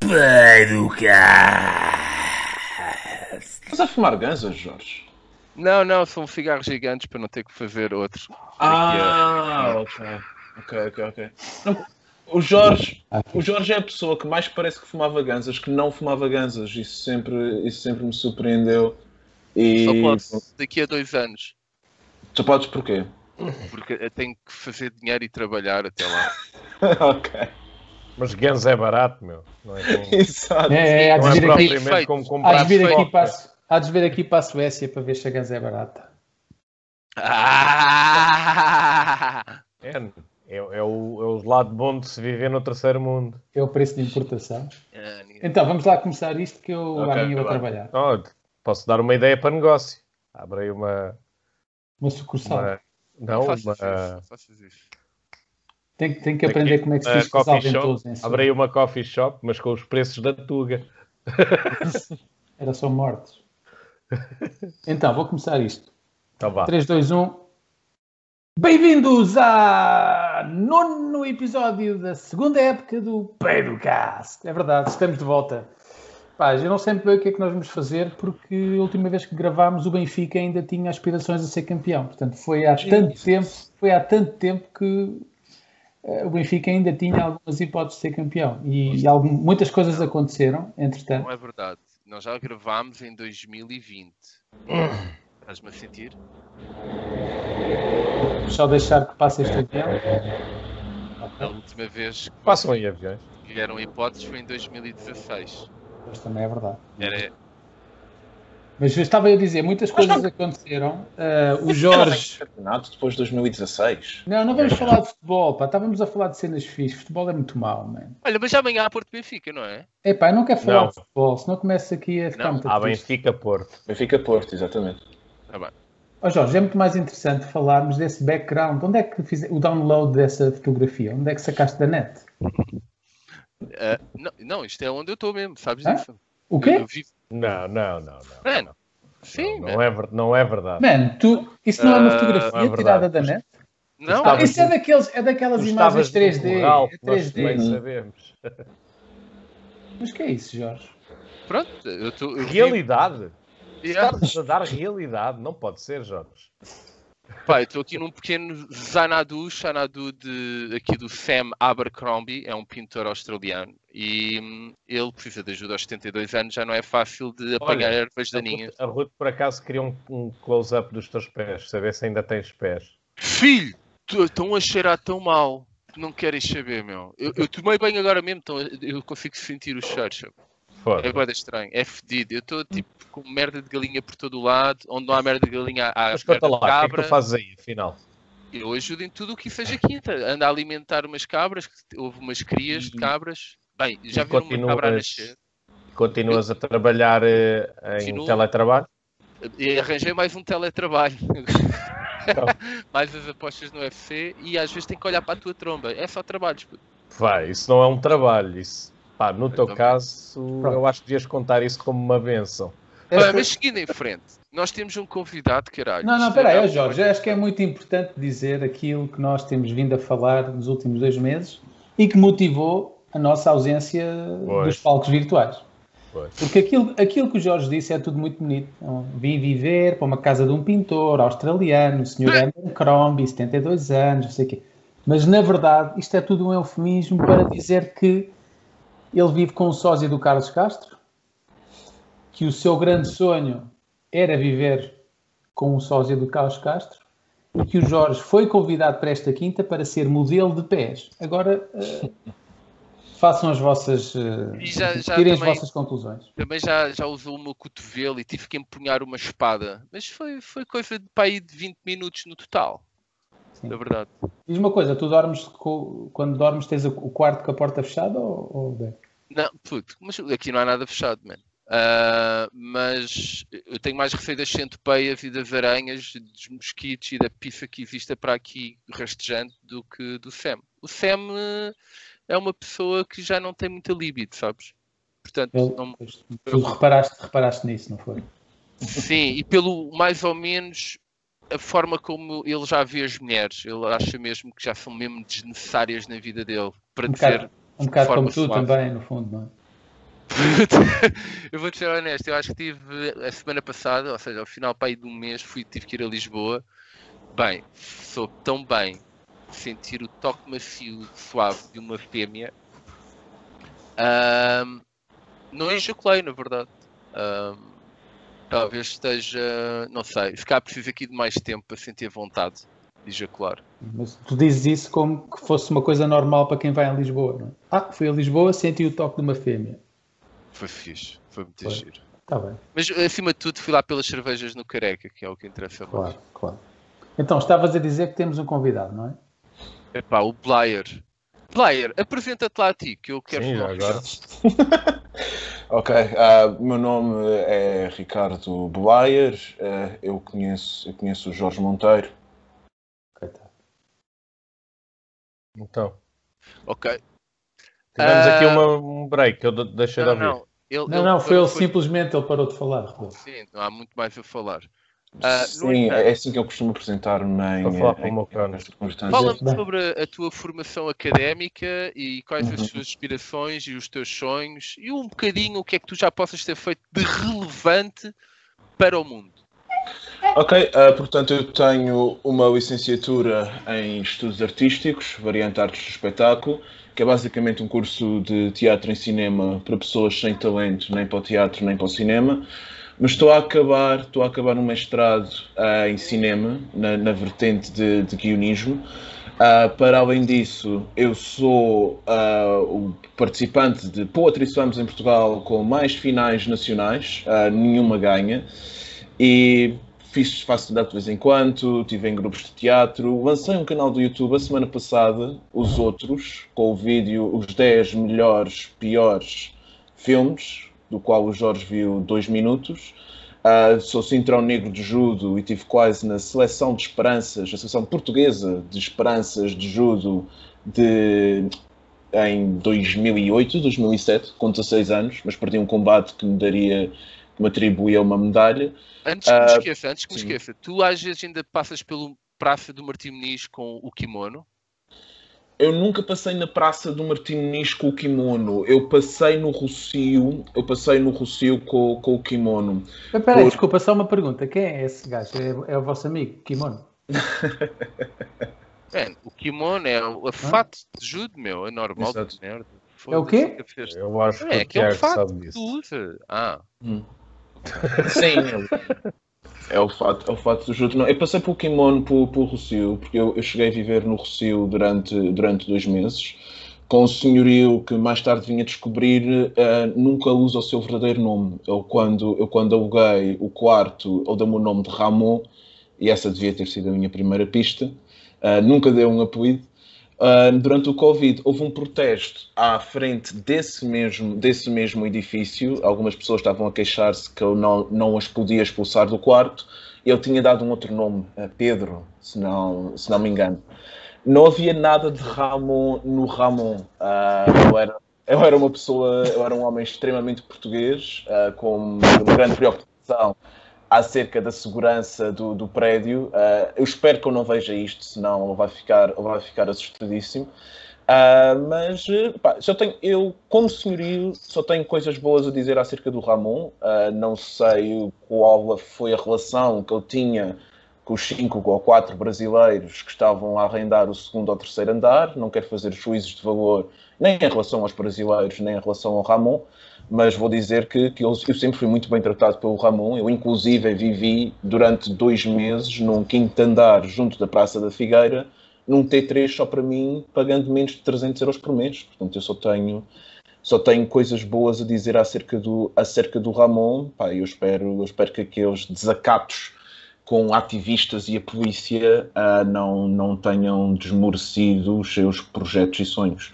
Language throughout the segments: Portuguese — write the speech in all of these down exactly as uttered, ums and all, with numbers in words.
Pedrocast. Estás a fumar ganzas, Jorge? Não, não, são cigarros gigantes para não ter que fazer outros. Ah, ok. Ok, ok, ok. Não, o Jorge, o Jorge é a pessoa que mais parece que fumava ganzas, que não fumava ganzas. Isso sempre, isso sempre me surpreendeu. E Só posso daqui a dois anos. tu podes porquê? Porque eu tenho que fazer dinheiro e trabalhar até lá. Ok. Mas Guns é barato, meu. Não é como, Exato. É, é, há de não é vir aqui, propriamente como há comprar de vir aqui estoque. para, a- há de vir aqui para a Suécia para ver se a ganza é barata. Ah! É, é, é, o, é o lado bom de se viver no terceiro mundo. É o preço de importação. Ah, ninguém- Então, vamos lá começar isto que eu Ok, amanhã vou vai. trabalhar. Oh, posso dar uma ideia para negócio. Abre aí uma... Uma sucursal. uma não, faças uma... isso, não faças isso. Tem, que- tem que aprender como é que se diz uma coffee casal ventoso shop. em si. Abre aí uma coffee shop, mas com os preços da Tuga. Era só mortes. Então, vou começar isto. Então vá. três, dois, um. Bem-vindos a nono episódio da segunda época do Pedrocast. É verdade, estamos de volta. Pá, eu não sei muito bem o que é que nós vamos fazer, porque a última vez que gravámos o Benfica ainda tinha aspirações a ser campeão. Portanto, foi há tanto tempo, foi há tanto tempo que uh, o Benfica ainda tinha algumas hipóteses de ser campeão. E, e algum, muitas coisas aconteceram, entretanto. Não é verdade. Nós já gravámos em dois mil e vinte. Estás-me a sentir? Só deixar que passe este avião. A última vez que Passam aí aviões. tiveram hipóteses foi em dois mil e dezasseis. Mas também é verdade. Era... Mas eu estava a dizer, muitas coisas aconteceram. Uh, o Jorge... Campeonato depois de dois mil e dezasseis. Não, não vamos falar de futebol, pá. Estávamos a falar de cenas fixas. Futebol é muito mau, mano. Olha, mas amanhã há Porto Benfica, não é? É pá, eu não quero falar Não. de futebol, senão começo aqui a ficar Não. muito Ah, triste. Benfica Porto. Benfica Porto, exatamente. Tá bem. Ó Jorge, é muito mais interessante falarmos desse background. Onde é que fiz o download dessa fotografia? Onde é que sacaste da net? Ah, não, não, isto é onde eu estou mesmo, sabes Hã? disso? O Eu, quê? eu vivo... Não, não, não. não. Mano, sim, Não, mano. não, é, ver- não é verdade. Mano, tu... isso não é uma Ah, fotografia não é verdade. tirada da net? Não, Ah, estavas isso é, daqueles, é daquelas Tu imagens estavas três no D. corral, É nós três D. bem sabemos. Mas que é isso, Jorge? pronto, eu estou... eu vivo- Realidade. Yeah. Estás a dar realidade. Não pode ser, Jorge. Pá, eu estou aqui num pequeno Xanadu, Xanadu de, aqui do Sam Abercrombie, é um pintor australiano, e hum, ele precisa de ajuda aos setenta e dois anos, já não é fácil de apanhar Olha, ervas A daninhas. Ruth, a Ruth, por acaso, queria um, um close-up dos teus pés. Saber se ainda tens pés. Filho, tu- estão a cheirar tão mal que não queres saber, meu. Eu, eu tomei banho agora mesmo, então eu consigo sentir o cheiro, sabe? É Foda. bué estranho, é fedido. Eu estou tipo com merda de galinha por todo o lado, onde não há merda de galinha há Mas merda conta de lá, o que é que cabra. tu fazes aí, afinal? Eu ajudo em tudo o que seja quinta. Ando a alimentar umas cabras, que houve umas crias de cabras. Bem, já E viram uma cabra a continuas- nascer. Continuas a trabalhar eh, em Continuo. teletrabalho? E arranjei mais um teletrabalho. Então. Mais as apostas no U F C e às vezes tenho que olhar para a tua tromba. É só trabalhos. puto. Vai, isso não é um trabalho. Isso, pá, no teu também. caso, Pronto. eu acho que devias contar isso como uma benção. Olha, mas seguindo em frente, nós temos um convidado, caralho. Não, não, Isto espera aí, é ó uma Jorge, coisa- acho que é muito importante dizer aquilo que nós temos vindo a falar nos últimos dois meses e que motivou a nossa ausência Pois. dos palcos virtuais. Pois. Porque aquilo, aquilo que o Jorge disse é tudo muito bonito. Então, vim viver para uma casa de um pintor australiano, o senhor Abercrombie, setenta e dois anos, não sei o quê. Mas, na verdade, isto é tudo um eufemismo para dizer que ele vive com o sósia do Carlos Castro, que o seu grande sonho era viver com o sósia do Carlos Castro e que o Jorge foi convidado para esta quinta para ser modelo de pés. Agora, eh, façam as vossas... eh, E já- já tirem as também- vossas conclusões. Também já, já usou o meu cotovelo e tive que empunhar uma espada. Mas foi, foi coisa de para aí de vinte minutos no total. Sim. É verdade. Diz uma coisa, tu dormes, com- quando dormes tens o quarto com a porta fechada ou... ou bem? Não, puto, mas aqui não há nada fechado, mano. Ah, mas eu tenho mais receio das centopeias e das aranhas, dos mosquitos e da pizza que existe para aqui rastejante do que do Sam. O Sam eh, é uma pessoa que já não tem muita libido, sabes? Portanto, Eu- não, Tu reparaste, reparaste nisso, não foi? sim, e pelo mais ou menos a forma como ele já vê as mulheres, ele acha mesmo que já são mesmo desnecessárias na vida dele para Um dizer bocado, um bocado forma como tu suave. também, no fundo, não é? eu vou-te ser honesto, eu acho que tive a semana passada, ou seja, ao final para aí de um mês, fui, tive que ir a Lisboa. Bem, soube tão bem sentir o toque macio suave de uma fêmea. Um, não ejaculei, na verdade. Um, talvez esteja, não sei, se calhar preciso aqui de mais tempo para sentir vontade de ejacular. Mas tu dizes isso como que fosse uma coisa normal para quem vai a Lisboa, não é? Ah, fui a Lisboa, senti o toque de uma fêmea. Foi fixe, foi muito Foi. giro. Está bem. Mas acima de tudo fui lá pelas cervejas no Careca, que é o que interessa mais. Claro, claro. Então, estavas a dizer que temos um convidado, não é? Epá, o Blair. Blair, apresenta-te lá a ti, que eu quero Sim, falar. agora. Ok, uh, o meu nome é Ricardo Blair, uh, eu, conheço, eu conheço o Jorge Monteiro. Coitado. Então, Ok. tivemos Ah, aqui uma, um break, eu de- deixei de Não, ouvir. não. Ele, Não, ele não, foi parou- ele simplesmente, ele parou de falar. Rodolfo. Sim, não há muito mais a falar. Ah, no Sim, entanto, é assim que eu costumo apresentar-me em... Estou a falar para o em- meu cano. em circunstâncias. fala-me Bem. sobre a tua formação académica e quais as Uhum. tuas aspirações e os teus sonhos e um bocadinho o que é que tu já possas ter feito de relevante para o mundo. Ok, uh, portanto eu tenho uma licenciatura em Estudos Artísticos, variante Artes do Espetáculo, que é basicamente um curso de teatro e cinema para pessoas sem talento nem para o teatro nem para o cinema. Mas estou a acabar, estou a acabar um mestrado uh, em cinema, na, na vertente de, de guionismo. Uh, para além disso, eu sou uh, o participante de Poetry Slams em Portugal com mais finais nacionais, uh, nenhuma ganha. E fiz, faço stand-up de vez em quando, estive em grupos de teatro. Lancei um canal do YouTube a semana passada, Os Outros, com o vídeo Os dez melhores, piores filmes, do qual o Jorge viu dois minutos. Uh, sou cinturão negro de judo e estive quase na seleção de esperanças, a seleção portuguesa de esperanças de judo de, em dois mil e oito, dois mil e sete, com dezasseis anos, mas perdi um combate que me daria, que me atribuía uma medalha. Antes que me Ah, esqueça, antes que me sim. esqueça, tu às vezes ainda passas pelo Praça do Martim Muniz com o kimono? Eu nunca passei na Praça do Martim Muniz com o kimono. Eu passei no Rossio, eu passei no Rossio com, com o kimono. Mas peraí, Por- desculpa, só uma pergunta. Quem é esse gajo? É, é o vosso amigo, Kimono? É, o kimono é o a fato de judo, meu, é normal. Exato. de merda. É o quê? Foda-se, que fez- Eu acho que É, o aquele Tiago fato sabe que tu disso. usa. Ah, Sim, é o fato, é o fato do judo. Não, eu passei pelo kimono pelo, pelo Rossio, porque eu, eu cheguei a viver no Rossio durante, durante dois meses, com o senhorio que mais tarde vinha descobrir, eh, nunca usa o seu verdadeiro nome. Eu quando, eu quando aluguei o quarto, eu dei-me o nome de Ramon, e essa devia ter sido a minha primeira pista. Uh, nunca deu um apelido. Uh, durante o Covid houve um protesto à frente desse mesmo, desse mesmo edifício. Algumas pessoas estavam a queixar-se que eu não, não as podia expulsar do quarto. Eu tinha dado um outro nome, uh, Pedro, se não, se não me engano. Não havia nada de Ramon no Ramon. Uh, eu, era, eu era uma pessoa, eu era um homem extremamente português, uh, com uma grande preocupação acerca da segurança do, do prédio. Uh, eu espero que eu não veja isto, senão ele vai ficar, ele vai ficar assustadíssimo. Uh, mas, pá, só tenho, eu, como senhorio, só tenho coisas boas a dizer acerca do Ramon. Uh, não sei qual foi a relação que eu tinha com os cinco ou quatro brasileiros que estavam a arrendar o segundo ou terceiro andar. Não quero fazer juízos de valor nem em relação aos brasileiros, nem em relação ao Ramon. Mas vou dizer que, que eu, eu sempre fui muito bem tratado pelo Ramon. Eu, inclusive, vivi durante dois meses num quinto andar junto da Praça da Figueira, num T três só para mim, pagando menos de trezentos euros por mês. Portanto, eu só tenho, só tenho coisas boas a dizer acerca do, acerca do Ramon. Pá, eu, espero, eu espero que aqueles desacatos com ativistas e a polícia uh, não, não tenham desmorecido os seus projetos e sonhos.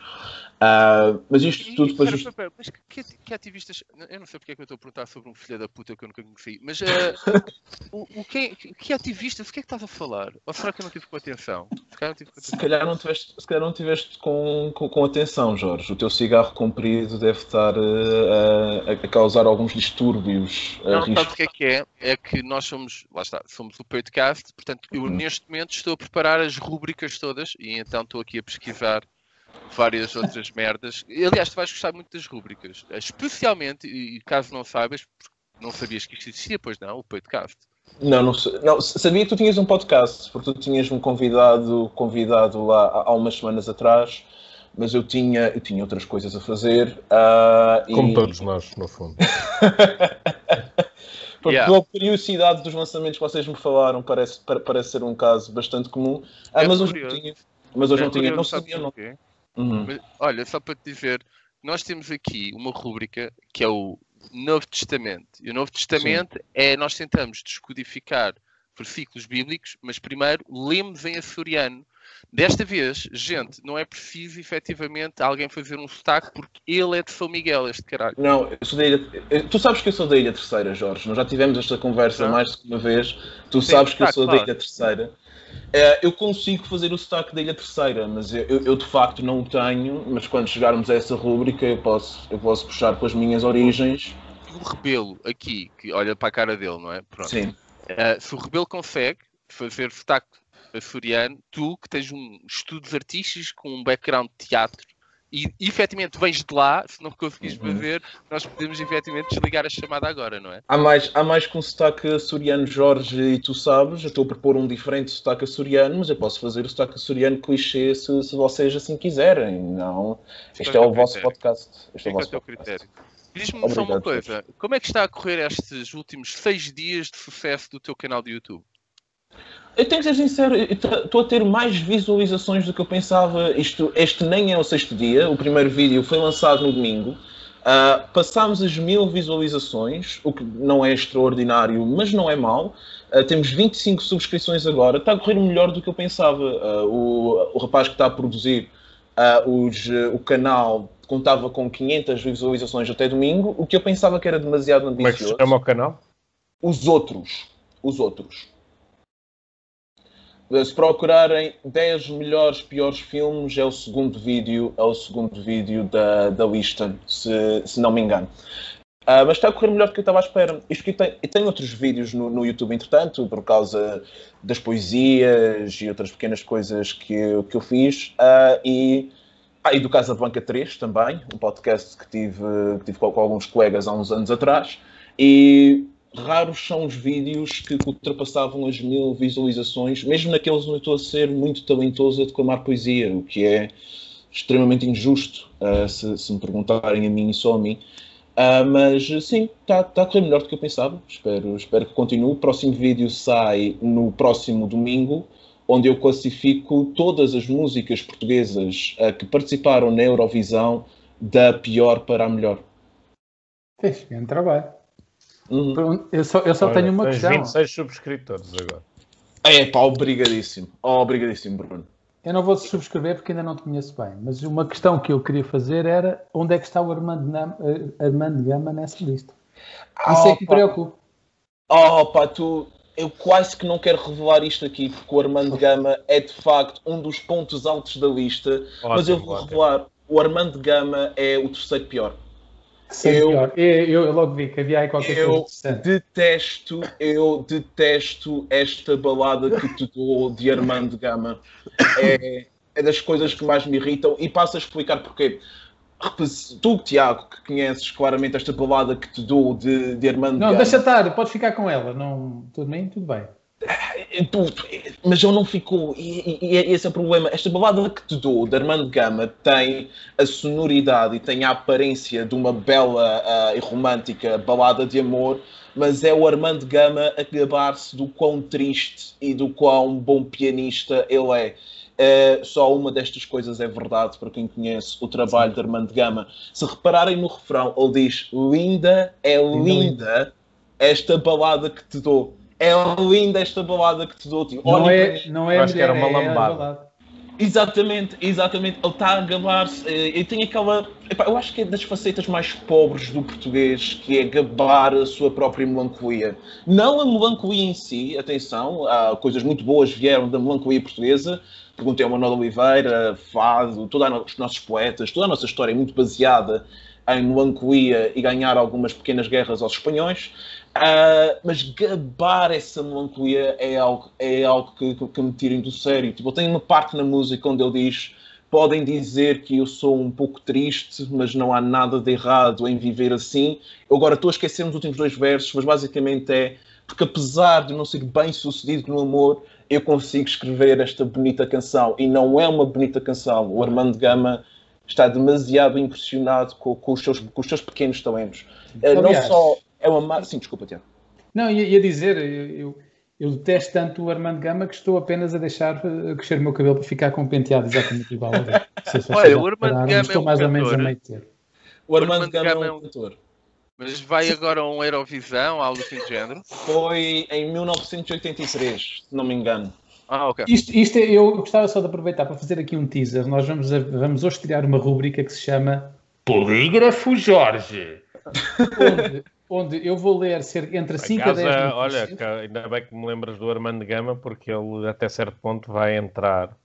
Uh, mas isto tudo para pera, just... pera, pera, mas que, que ativistas. Eu não sei porque é que eu estou a perguntar sobre um filho da puta que eu nunca conheci, mas uh, o, o que, que ativistas? O que é que estás a falar? Ou será que eu não tive com atenção? Se calhar não tive com Se atenção. calhar não tiveste, se calhar não tiveste com, com, com atenção, Jorge. O teu cigarro comprido deve estar uh, a, a causar alguns distúrbios. Não, uh, sabes o que é que é? É que nós somos, lá está, somos o podcast, portanto, eu neste momento estou a preparar as rúbricas todas e então estou aqui a pesquisar várias outras merdas. Aliás, tu vais gostar muito das rúbricas. Especialmente, e caso não saibas, não sabias que isto existia, pois não, o podcast. Não, não, não, sabia que tu tinhas um podcast, porque tu tinhas-me convidado, convidado lá há umas semanas atrás, mas eu tinha, eu tinha outras coisas a fazer. Uh, Como e... todos nós, no fundo. Porque yeah. Pela curiosidade dos lançamentos que vocês me falaram, parece, parece ser um caso bastante comum. Ah, é mas hoje não tinha. Mas hoje é não tinha, não sabia. Não. Uhum. Mas, olha, só para te dizer, nós temos aqui uma rúbrica que é o Novo Testamento. E o Novo Testamento Sim. é, nós tentamos descodificar versículos bíblicos, mas primeiro lemos em açoriano. Desta vez, gente, não é preciso efetivamente alguém fazer um sotaque porque ele é de São Miguel, este caralho. Não, eu sou da Ilha... Tu sabes que eu sou da Ilha Terceira, Jorge. Nós já tivemos esta conversa não. mais de uma vez. Tu Sim, sabes que eu sou claro. da Ilha Terceira. Eu consigo fazer o sotaque da Ilha Terceira, mas eu, eu de facto não o tenho. Mas quando chegarmos a essa rúbrica, eu posso, eu posso puxar com as minhas origens. O Rebelo aqui, que olha para a cara dele, não é? Pronto. Sim. Uh, se o Rebelo consegue fazer sotaque açoriano, tu que tens um estudos artísticos com um background de teatro e efetivamente vens de lá, se não conseguires uhum. fazer, nós podemos efetivamente desligar a chamada agora, não é? Há mais, há mais que um sotaque açoriano, Jorge, e tu sabes, eu estou a propor um diferente sotaque açoriano, mas eu posso fazer o sotaque açoriano clichê se, se vocês assim quiserem, não? Este é o vosso podcast. Este é o vosso podcast. Diz-me só uma coisa, como é que está a correr estes últimos seis dias de sucesso do teu canal de YouTube? Eu tenho que ser sincero, estou a ter mais visualizações do que eu pensava. Isto, este nem é o sexto dia, o primeiro vídeo foi lançado no domingo. Uh, passámos as mil visualizações, o que não é extraordinário, mas não é mau. Uh, temos vinte e cinco subscrições agora, está a correr melhor do que eu pensava. Uh, o, o rapaz que está a produzir uh, os, uh, o canal contava com quinhentas visualizações até domingo, o que eu pensava que era demasiado ambicioso. Como é que se chama o canal? Os Outros. Os Outros. Se procurarem dez melhores piores filmes, é o segundo vídeo, é o segundo vídeo da, da lista, se, se não me engano. Uh, mas está a correr melhor do que eu estava à espera. Isto que tem, tem outros vídeos no, no YouTube, entretanto, por causa das poesias e outras pequenas coisas que eu, que eu fiz. Uh, e, ah, e do Casablanca três também, um podcast que tive, que tive com, com alguns colegas há uns anos atrás. E raros são os vídeos que ultrapassavam as mil visualizações, mesmo naqueles onde eu estou a ser muito talentoso a declamar poesia, o que é extremamente injusto, uh, se, se me perguntarem a mim e só a mim. Uh, mas sim, está tá a correr melhor do que eu pensava. Espero, espero que continue. O próximo vídeo sai no próximo domingo, onde eu classifico todas as músicas portuguesas uh, que participaram na Eurovisão da pior para a melhor. Fez grande trabalho. Uhum. Eu só, eu só Olha, tenho uma tens questão. vinte e seis subscritores agora. É pá, obrigadíssimo. Oh, obrigadíssimo, Bruno. Eu não vou subscrever porque ainda não te conheço bem, mas uma questão que eu queria fazer era onde é que está o Armando, Armando Gama nessa lista? Isso oh, é que me preocupa. Oh pá, tu... Eu quase que não quero revelar isto aqui, porque o Armando Gama é de facto um dos pontos altos da lista, ótimo, mas eu vou ótimo. revelar. O Armando Gama é o terceiro pior. Eu, eu, eu logo vi que havia aí qualquer eu coisa interessante. Detesto, eu detesto esta balada que te dou de Armando Gama. É, é das coisas que mais me irritam e passo a explicar porquê. Tu, Tiago, que conheces claramente esta balada que te dou de, de Armando não, Gama... Não, deixa estar, podes ficar com ela. Não, tudo bem, tudo bem. Mas ele não ficou, e, e, e esse é o problema. Esta balada que te dou, de Armando Gama, tem a sonoridade e tem a aparência de uma bela uh, e romântica balada de amor, mas é o Armando Gama a gabar-se do quão triste e do quão bom pianista ele é. Uh, só uma destas coisas é verdade para quem conhece o trabalho de Armando Gama. Se repararem no refrão, ele diz: linda, é linda esta balada que te dou. É linda esta balada que te dou. Tipo, não, é, não é, eu acho mulher, que era uma é lambada. Exatamente, exatamente. Ele está a gabar-se. E tem aquela... Epá, eu acho que é das facetas mais pobres do português, que é gabar a sua própria melancolia. Não a melancolia em si, atenção, há coisas muito boas vieram da melancolia portuguesa. Perguntei ao Manuel Oliveira, Fado, todos os nossos poetas, toda a nossa história é muito baseada em melancolia e ganhar algumas pequenas guerras aos espanhóis. Uh, mas gabar essa melancolia é algo, é algo que, que, que me tirem do sério. Tipo, eu tenho uma parte na música onde ele diz: podem dizer que eu sou um pouco triste, mas não há nada de errado em viver assim. Eu agora estou a esquecer os últimos dois versos, mas basicamente é porque apesar de não ser bem sucedido no amor, eu consigo escrever esta bonita canção. E não é uma bonita canção. O Armando Gama está demasiado impressionado com, com, os, seus, com os seus pequenos talentos. Uh, não só é uma... Sim, desculpa, Tiago. Não, ia, ia dizer, eu, eu, eu detesto tanto o Armando Gama que estou apenas a deixar crescer o meu cabelo para ficar com um penteado exatamente igual a ele. Se se Olha, o Armando parar, Gama estou é um mais ou menos cantor. a meio ter. O Armando Gama é um cantor. Mas vai agora a um Eurovisão, algo assim do género? Foi em mil novecentos e oitenta e três, se não me engano. Ah, ok. Isto, isto é, eu gostava só de aproveitar para fazer aqui um teaser. Nós vamos, vamos hoje criar uma rúbrica que se chama Polígrafo Jorge. onde, onde eu vou ler cerca entre cinco a dez notícias. Olha, ainda bem que me lembras do Armando Gama, porque ele até certo ponto vai entrar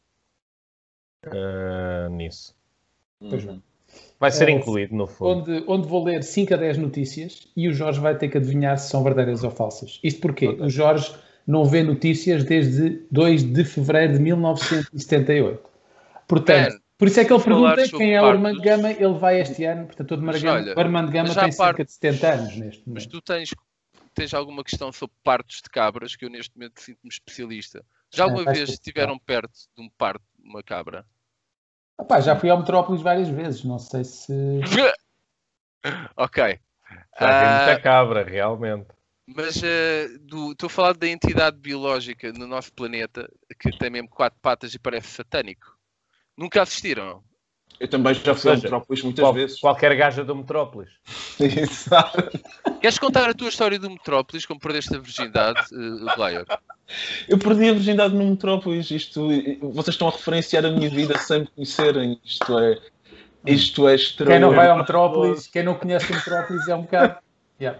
uh, nisso. Pois bem. Vai ser É, incluído, no fundo. Onde, onde vou ler cinco a dez notícias e o Jorge vai ter que adivinhar se são verdadeiras ou falsas. Isto porque okay. o Jorge não vê notícias desde dois de fevereiro de mil novecentos e setenta e oito. Portanto, Man, por isso é que ele pergunta quem é o Armando Gama. Ele vai este ano, portanto, o Armando, Armando Gama tem cerca de setenta anos neste momento. Mas tu tens, tens alguma questão sobre partos de cabras, que eu neste momento sinto-me especialista. Já alguma é, vez estiveram perto de um parto de uma cabra? Epá, já fui ao Metrópolis várias vezes, não sei se... ok. Já vi muita uh, cabra, realmente. Mas uh, do, estou a falar da entidade biológica no nosso planeta que tem mesmo quatro patas e parece satânico. Nunca assistiram? Eu também já fui ao Metrópolis muitas qual, vezes. Qualquer gaja do Metrópolis. Exato. Queres contar a tua história do Metrópolis, como perdeste a virgindade, uh, Blair? Eu perdi a virgindade no Metrópolis. Isto, vocês estão a referenciar a minha vida sem me conhecerem. Isto é, isto é estranho. Quem não vai ao Metrópolis, quem não conhece o Metrópolis é um bocado... Yeah.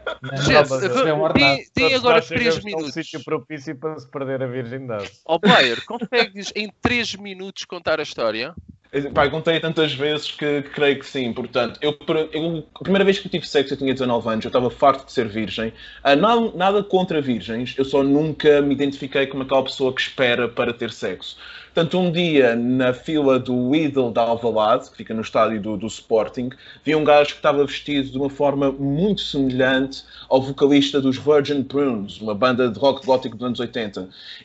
Tem, tem agora três minutos. Um sítio propício para se perder a virgindade. Ó, oh, Blair, consegues em três minutos contar a história? Pá, contei tantas vezes que, que creio que sim. Portanto, eu, eu, a primeira vez que eu tive sexo eu tinha dezanove anos, eu estava farto de ser virgem. Ah, nada, nada contra virgens, eu só nunca me identifiquei como aquela pessoa que espera para ter sexo. Portanto, um dia, na fila do Idol da Alvalade, que fica no estádio do, do Sporting, vi um gajo que estava vestido de uma forma muito semelhante ao vocalista dos Virgin Prunes, uma banda de rock gótico dos anos oitenta.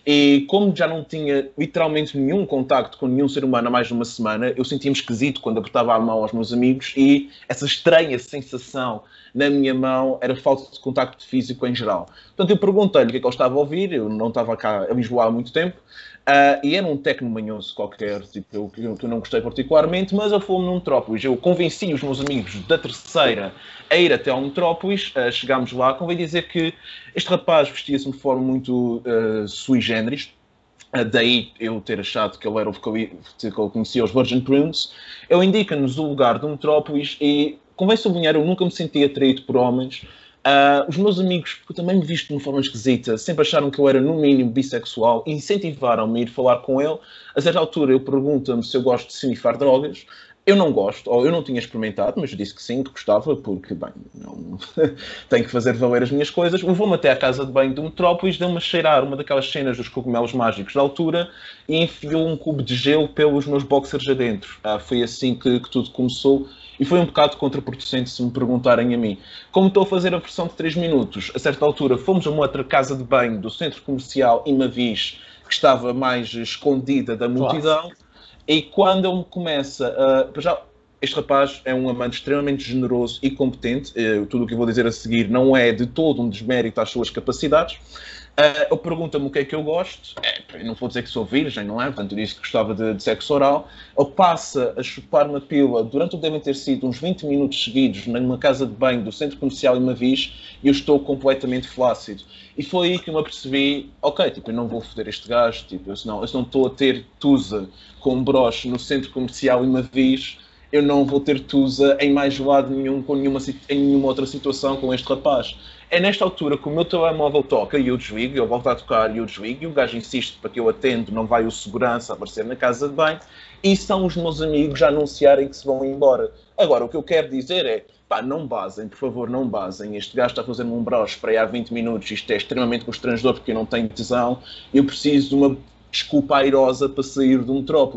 E como já não tinha literalmente nenhum contacto com nenhum ser humano há mais de uma semana, eu sentia-me esquisito quando apertava a mão aos meus amigos e essa estranha sensação na minha mão era falta de contacto físico em geral. Portanto, eu perguntei-lhe o que é que ele estava a ouvir, eu não estava cá a Lisboa há muito tempo, Uh, e era um tecno manhoso qualquer, tipo, eu, eu, eu não gostei particularmente, mas eu fui-me no Metrópolis. Eu convenci os meus amigos da terceira a ir até ao Metrópolis, uh, chegámos lá, convém dizer que este rapaz vestia-se de forma muito uh, sui generis, uh, daí eu ter achado que ele era o vocalista, que ele conhecia os Virgin Prunes. Ele indica-nos o lugar do Metrópolis e, convém sublinhar, eu nunca me senti atraído por homens. Uh, os meus amigos, que eu também me visto de uma forma esquisita, sempre acharam que eu era, no mínimo, bissexual, incentivaram-me a ir falar com ele. A certa altura, ele pergunta-me se eu gosto de snifar drogas. Eu não gosto, ou eu não tinha experimentado, mas eu disse que sim, que gostava, porque, bem, não tenho que fazer valer as minhas coisas. Levou-me até à casa de banho do Metrópolis, deu-me a cheirar uma daquelas cenas dos cogumelos mágicos da altura e enfiou um cubo de gelo pelos meus boxers adentro. Ah, foi assim que, que tudo começou. E foi um bocado contraproducente se me perguntarem a mim. Como estou a fazer a versão de três minutos, a certa altura fomos a uma outra casa de banho do centro comercial Imavis, que estava mais escondida da multidão. Claro. E quando ele me começa a... Já, este rapaz é um amante extremamente generoso e competente. Tudo o que eu vou dizer a seguir não é de todo um desmérito às suas capacidades. Uh, ele pergunta-me o que é que eu gosto. É, eu não vou dizer que sou virgem, não é? Portanto, eu disse que gostava de, de sexo oral. Ele passa a chupar uma pílula durante o que devem ter sido uns vinte minutos seguidos numa casa de banho do centro comercial Imavis e eu estou completamente flácido. E foi aí que eu me apercebi, ok, tipo, eu não vou foder este gajo, tipo, eu, se não, eu se não estou a ter tusa com um broche no centro comercial Imavis, eu não vou ter tusa em mais lado nenhum, com nenhuma, em nenhuma outra situação com este rapaz. É nesta altura que o meu telemóvel toca e eu desligo, eu volto a tocar e eu desligo, e o gajo insiste para que eu atendo, não vai o segurança aparecer na casa de banho, e são os meus amigos a anunciarem que se vão embora. Agora, o que eu quero dizer é, pá, não basem, por favor, não basem. Este gajo está a fazer-me um broche para aí há vinte minutos, isto é extremamente constrangedor porque eu não tenho tesão, eu preciso de uma desculpa airosa para sair do Metrópolis.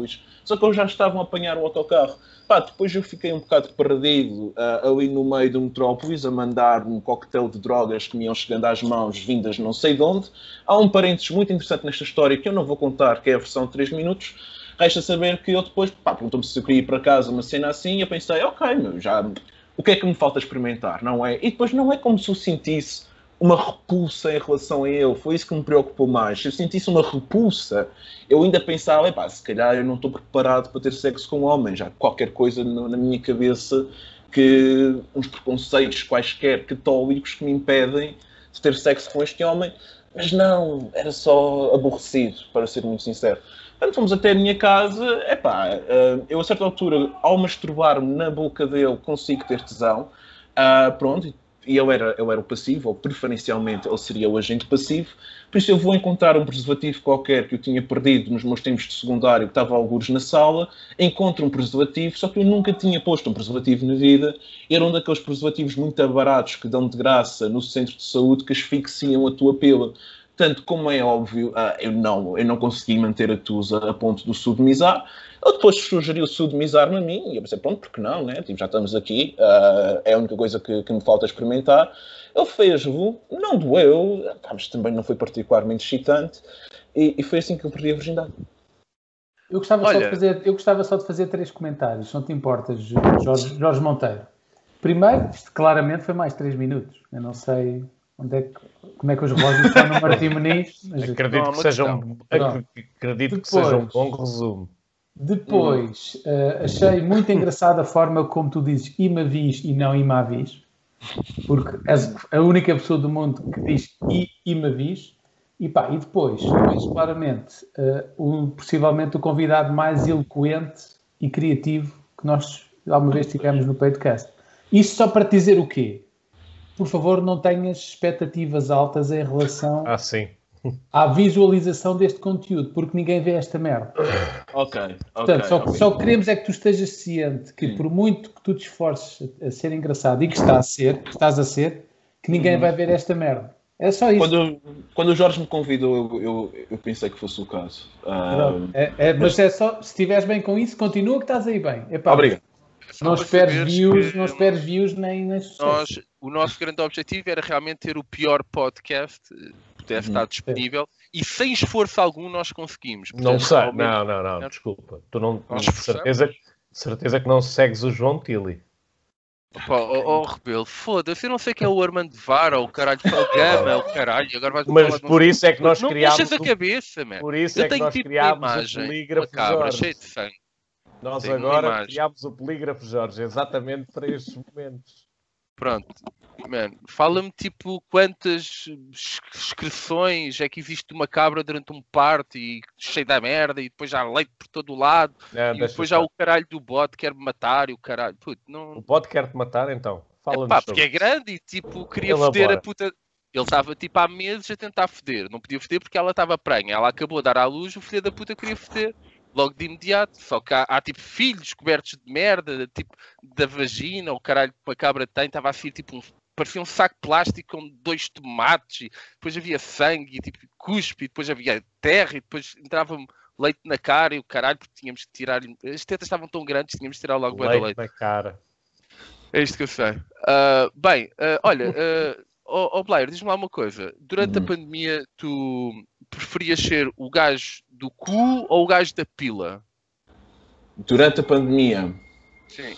só que eles já estavam a apanhar o autocarro. Pá, depois eu fiquei um bocado perdido uh, ali no meio do Metrópolis a mandar um coquetel de drogas que me iam chegando às mãos, vindas não sei de onde. Há um parênteses muito interessante nesta história que eu não vou contar, que é a versão de três minutos. Resta saber que eu depois, pá, perguntou-me se eu queria ir para casa, uma cena assim, e eu pensei, ok, meu, já, o que é que me falta experimentar, não é? E depois não é como se eu sentisse uma repulsa em relação a ele, foi isso que me preocupou mais. Se eu sentisse uma repulsa, eu ainda pensava, epá, se calhar eu não estou preparado para ter sexo com homens, já qualquer coisa no, na minha cabeça, que uns preconceitos quaisquer católicos que me impedem de ter sexo com este homem, mas não, era só aborrecido, para ser muito sincero. Portanto, fomos até a minha casa, epá, eu a certa altura, ao masturbar-me na boca dele, consigo ter tesão, uh, pronto, e eu era, eu era o passivo, ou preferencialmente ele seria o agente passivo, por isso eu vou encontrar um preservativo qualquer que eu tinha perdido nos meus tempos de secundário, que estava a algures na sala, encontro um preservativo, só que eu nunca tinha posto um preservativo na vida, era um daqueles preservativos muito baratos que dão de graça no centro de saúde que asfixiam a tua pila. Portanto, como é óbvio, eu não, eu não consegui manter a Tusa a ponto de o sodomizar. Ele depois sugeriu sodomizar-me a mim, e eu pensei, pronto, porque não, né? Tipo, já estamos aqui, uh, é a única coisa que, que me falta experimentar. Ele fez-o, não doeu, mas também não foi particularmente excitante, e, e foi assim que eu perdi a virgindade. Eu gostava, Olha... só de fazer, eu gostava só de fazer três comentários, se não te importas, Jorge, Jorge Monteiro. Primeiro, isto claramente foi mais três minutos, eu não sei... Onde é que, como é que os relógios estão no Martim Muniz? Mas acredito, que seja, um, acredito depois, que seja um bom resumo. Depois, uh, achei muito engraçada a forma como tu dizes imavis e não imavis, porque és a única pessoa do mundo que diz imavis. E, pá, e depois, depois claramente, uh, um, possivelmente o convidado mais eloquente e criativo que nós alguma vez tivemos no podcast. Isto só para te dizer o quê? Por favor, não tenhas expectativas altas em relação ah, sim. à visualização deste conteúdo, porque ninguém vê esta merda. Ok, ok. Portanto, só, okay. só queremos é que tu estejas ciente que, sim, por muito que tu te esforces a, a ser engraçado e que, está a ser, que estás a ser, que ninguém uhum. vai ver esta merda. É só isso. Quando, quando o Jorge me convidou, eu, eu, eu pensei que fosse o caso. Uh... É, é, mas é só, se estiveres bem com isso, continua que estás aí bem. Epá, obrigado. Não esperes views, que, não esperes views nem, nem nós, o nosso grande objetivo era realmente ter o pior podcast que pudesse uhum. estar disponível, sim, e sem esforço algum nós conseguimos. Portanto, não sei, não, não, não, não, desculpa. Tu não, de certeza, certeza que não segues o João Tilly. Opa, oh, oh Rebelo, foda-se, eu não sei quem é o Armando Vara, o caralho de Gama, o caralho, agora vais mas falar por isso é que nós não criámos... Não deixas a cabeça, man. Por isso eu é que nós tipo criámos imagem, o polígrafo cabra, Jorge. cheio de sangue. Nós tenho agora criámos o polígrafo Jorge, exatamente para estes momentos. Pronto, man, fala-me tipo quantas excreções é que existe uma cabra durante um parto e cheio da merda e depois já há leite por todo o lado é, e depois já há o caralho do bode quer me matar e o caralho, puto, não... O bode quer-te matar então? Fala-nos é pá, porque é grande e tipo queria foder a puta... Ele estava tipo há meses a tentar foder, não podia foder porque ela estava prenha, ela acabou de dar à luz, o filho da puta queria foder. Logo de imediato, só que há, há tipo filhos cobertos de merda, tipo da vagina, o caralho que a cabra tem, estava assim tipo um, parecia um saco de plástico com dois tomates, e depois havia sangue e tipo cuspe, e depois havia terra, e depois entrava leite na cara e o caralho, porque tínhamos que tirar, as tetas estavam tão grandes, tínhamos que tirar logo leite, leite na cara. É isto que eu sei. Uh, bem, uh, olha, uh, oh, oh Blair, diz-me lá uma coisa, durante hum. a pandemia tu preferias ser o gajo do cu ou o gajo da pila? Durante a pandemia? Sim.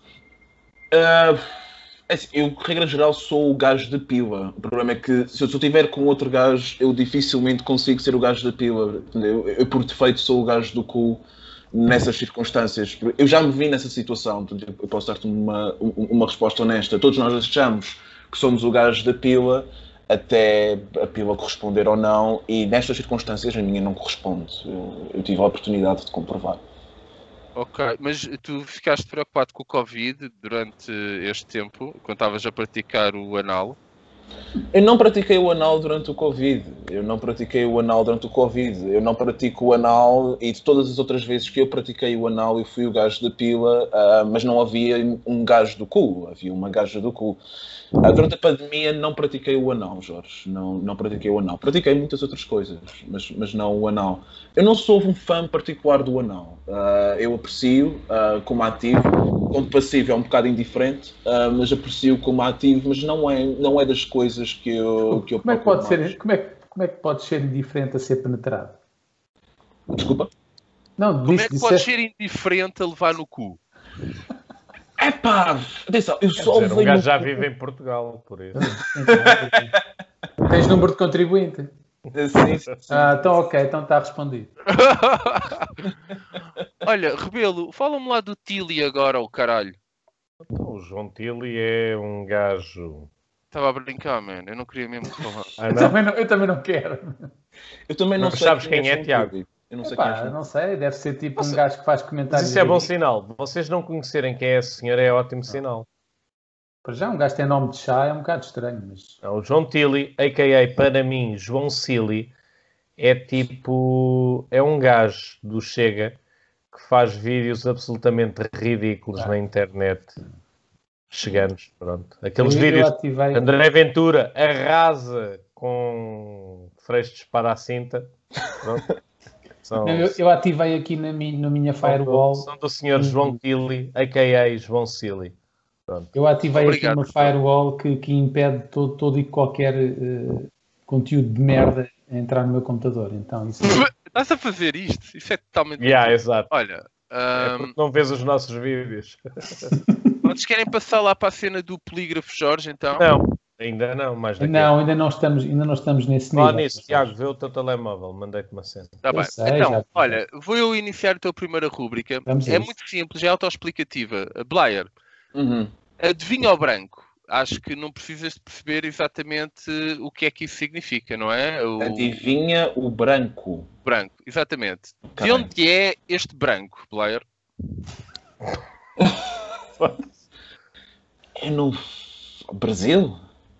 Uh, assim, eu, regra geral, sou o gajo da pila. O problema é que se eu estiver com outro gajo, eu dificilmente consigo ser o gajo da pila. Eu, eu por defeito, sou o gajo do cu nessas circunstâncias. Eu já me vi nessa situação. Eu posso dar-te uma, uma resposta honesta. Todos nós achamos que somos o gajo da pila, até a pila corresponder ou não, e nestas circunstâncias a minha não corresponde. Eu, eu tive a oportunidade de comprovar. Ok, mas tu ficaste preocupado com o Covid durante este tempo, quando estavas a praticar o anal? Eu não pratiquei o anal durante o Covid. Eu não pratiquei o anal durante o Covid. Eu não pratico o anal e de todas as outras vezes que eu pratiquei o anal eu fui o gajo da pila, uh, mas não havia um gajo do cu. Havia uma gaja do cu. Uh, durante a pandemia não pratiquei o anal, Jorge. Não, não pratiquei o anal. Pratiquei muitas outras coisas, mas, mas não o anal. Eu não sou um fã particular do anal. Uh, eu aprecio uh, como ativo. Como passivo é um bocado indiferente, uh, mas aprecio como ativo, mas não é, não é das coisas que eu que eu como é que pode ser Como é, como é que pode ser indiferente a ser penetrado? Desculpa? Não, como disse, é que disse, pode ser indiferente a levar no cu? É pá, atenção, eu só dizer, venho... Um gajo já vive em Portugal, por isso. Tens número de contribuinte? Sim, sim, sim. Ah, então ok, então está respondido. Olha, Rebelo, fala-me lá do Tilly agora, o caralho. Então, o João Tilly é um gajo... Estava a brincar, mano. Eu não queria mesmo falar. Ah, Eu, não? também não, eu também não quero. Eu também não Mas sei sabes quem é, João Tiago? Tilly. Eu não sei Epá, quem é João não sei, deve ser tipo Nossa, um gajo que faz Mas comentários. isso é bom ridículos. sinal. Vocês não conhecerem quem é esse senhor é ótimo sinal. Para já, um gajo tem nome de chá é um bocado estranho, mas... Não, o João Tilly, a k a para mim, João Silly, é tipo... É um gajo do Chega que faz vídeos absolutamente ridículos Ah. na internet. Chegamos, pronto. Aqueles Eu, eu vídeos... ativei... André Ventura arrasa com freixos para a cinta. Pronto. São, Não, eu, eu ativei aqui na minha, na minha firewall. são do senhor um- João Tilly, a k a. João Silly. Pronto. Eu ativei Obrigado, aqui uma firewall que, que impede todo, todo e qualquer eh, conteúdo de merda a entrar no meu computador. Então, isso Estás a fazer isto? Isso é totalmente... Yeah, exato. Olha, É ahm, porque não vês os nossos vídeos. vocês querem passar lá para a cena do polígrafo Jorge, então? Não, ainda não, mais daqui. não, ainda não estamos, ainda não estamos nesse nível. Falar nisso, Tiago, vê o teu telemóvel, mandei-te uma cena. Tá Eu bem. sei, Então, já- olha, vou eu iniciar a tua primeira rúbrica. Vamos a É isso. muito simples, é autoexplicativa. Blair, Uhum. adivinha ao branco. Acho que não precisas de perceber exatamente o que é que isso significa, não é? O Adivinha o branco. branco, exatamente. De Caralho. onde é este branco, Blair? É no Brasil?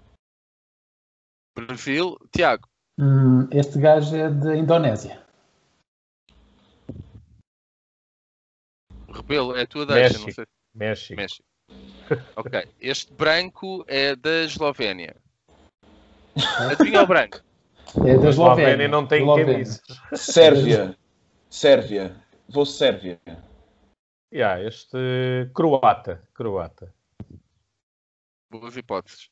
Brasil? Tiago, Hum, este gajo é da Indonésia. Rebelo, é a tua deixa, não México. sei. México. México. Ok. Este branco é da Eslovénia. Adivinha o branco? É da A Eslovénia Eslovénia. não tem Eslovénia. camisas. Sérvia. Sérvia. Vou Sérvia. Yeah, este croata. Croata. Boas hipóteses.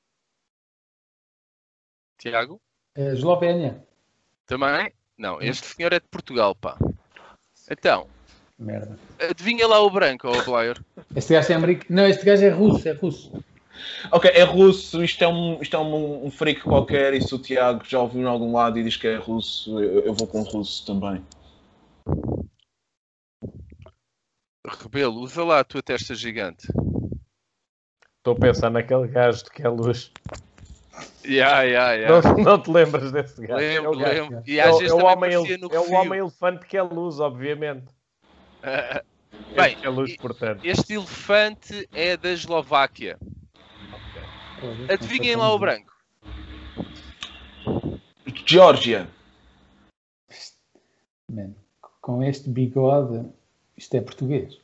Tiago? É Eslovénia. Também? Não, este senhor é de Portugal, pá. Então, Merda. adivinha lá o branco, ó Blair. Este gajo é americano. Não, este gajo é russo, é russo. Ok, é russo, isto é um, isto é um, um freak qualquer, e se o Tiago já ouviu em algum lado e diz que é russo, eu, eu vou com russo também. Rebelo, usa lá a tua testa gigante. Estou a pensar naquele gajo de que é luz. Ya, ya, ya. Não, não te lembras desse gajo? Lembro, é o gajo. lembro. E É, às o- vezes é o também homem, aparecia ele- no é o refil. homem elefante que é luz, obviamente. Ah, Bem, Bem, é luz, e- portanto. este elefante é da Eslováquia. Adivinhem lá o branco. Geórgia. Man, com este bigode, isto é português.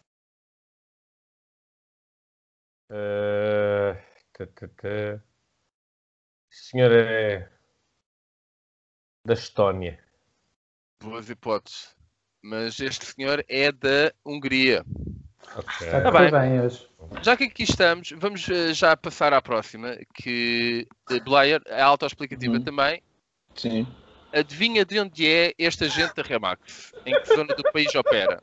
Uh, tã, tã, tã. O senhor é da Estónia. Boas hipóteses. Mas este senhor é da Hungria. Ok. Está a Tá correr bem. bem hoje. Já que aqui estamos, vamos eh, já passar à próxima, que eh, Blair é autoexplicativa Uhum. também. Sim. Adivinha de onde é este agente da Remax? Em que zona do país opera?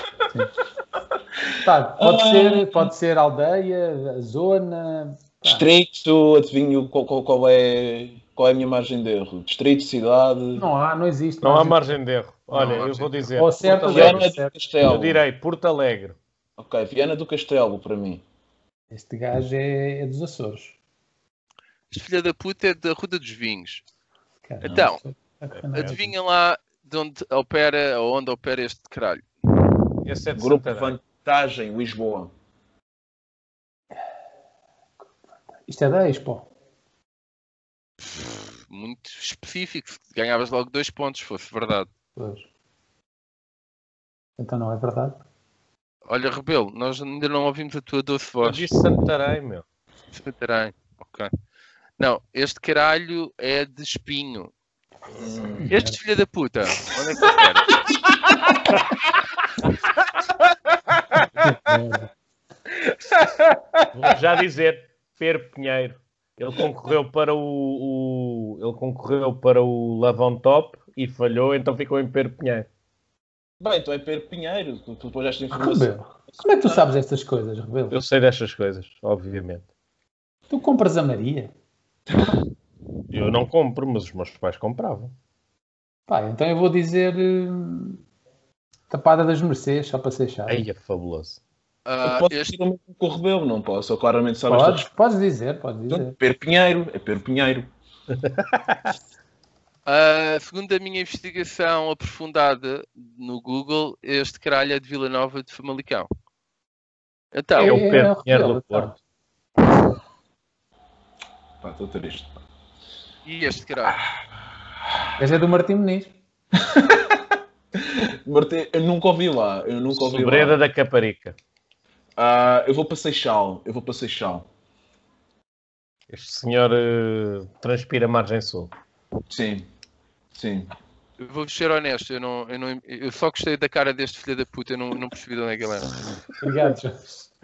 Pá, pode, Ah. ser, pode ser aldeia, zona. Pá, Distrito, adivinho qual, qual, qual é, qual é a minha margem de erro. Distrito, cidade. não há, não existe. Não há margem- margem de erro. Olha, Não há eu margem vou de erro. dizer. Ou certo, Porto ou Alegre. Viana do certo. Castelo. Eu direi Porto Alegre. Ok, Viana do Castelo para mim. Este gajo é, é dos Açores. Este filho da puta é da Ruta dos Vinhos. Caramba, Então, está a correr bem. Adivinha lá de onde opera, ou onde opera este caralho. Esse é de Grupo Santarém. Vantagem, Lisboa. Isto é da Expo. muito específico. Ganhavas logo dois pontos, se fosse verdade. Pois. Então não é verdade? Olha, Rebelo, nós ainda não ouvimos a tua doce Eu voz. disse Santarém, meu. Santarém, ok. Não, este caralho é de espinho. Hum. Este filho da puta, onde é que eu quero? Vou já dizer, Pedro Pinheiro. Ele concorreu para o, o ele concorreu para o Lavão Top e falhou, então ficou em Pedro Pinheiro. Bem, tu é Pedro Pinheiro, tu, tu depois esta informação. Rebelo. Como é que tu sabes estas coisas, Rebelo? Eu sei destas coisas, obviamente. Tu compras a Maria? Eu não compro, mas os meus pais compravam. Pá, então eu vou dizer uh, Tapada das Mercês, só para ser chato. Aí é fabuloso. Ah, Eu posso este, dizer o mesmo com o Rebelo, não posso? Eu claramente sabe Podes, esta podes dizer, podes resposta. dizer. Pedro Pinheiro, é Pedro Pinheiro. ah, segundo a minha investigação aprofundada no Google, este caralho é de Vila Nova de Famalicão. Então, É o é Pedro o Pinheiro Rebelo, do Porto. Pá, estou triste. Pá. e este caralho? Este é do Martim Muniz. Marte- Eu nunca ouvi lá, eu nunca ouvi Sobreda lá. da Caparica. Ah, eu vou para Seixal, eu vou para Seixal. Este senhor uh, transpira margem sul. Sim, sim. Eu vou ser honesto, eu, não, eu, não, eu só gostei da cara deste filho da puta, eu não, não percebi de onde é que ele era. Obrigado, João.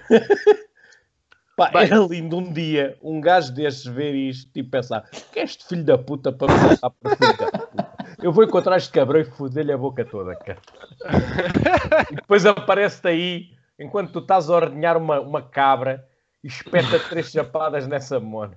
Pá, Bem. era lindo um dia um gajo destes ver isto e pensar que é este filho da puta para me passar para filho da puta. Eu vou encontrar este cabrão e foder-lhe a boca toda, cara. E depois aparece-te aí, enquanto tu estás a ordenhar uma, uma cabra e espeta três chapadas nessa mona.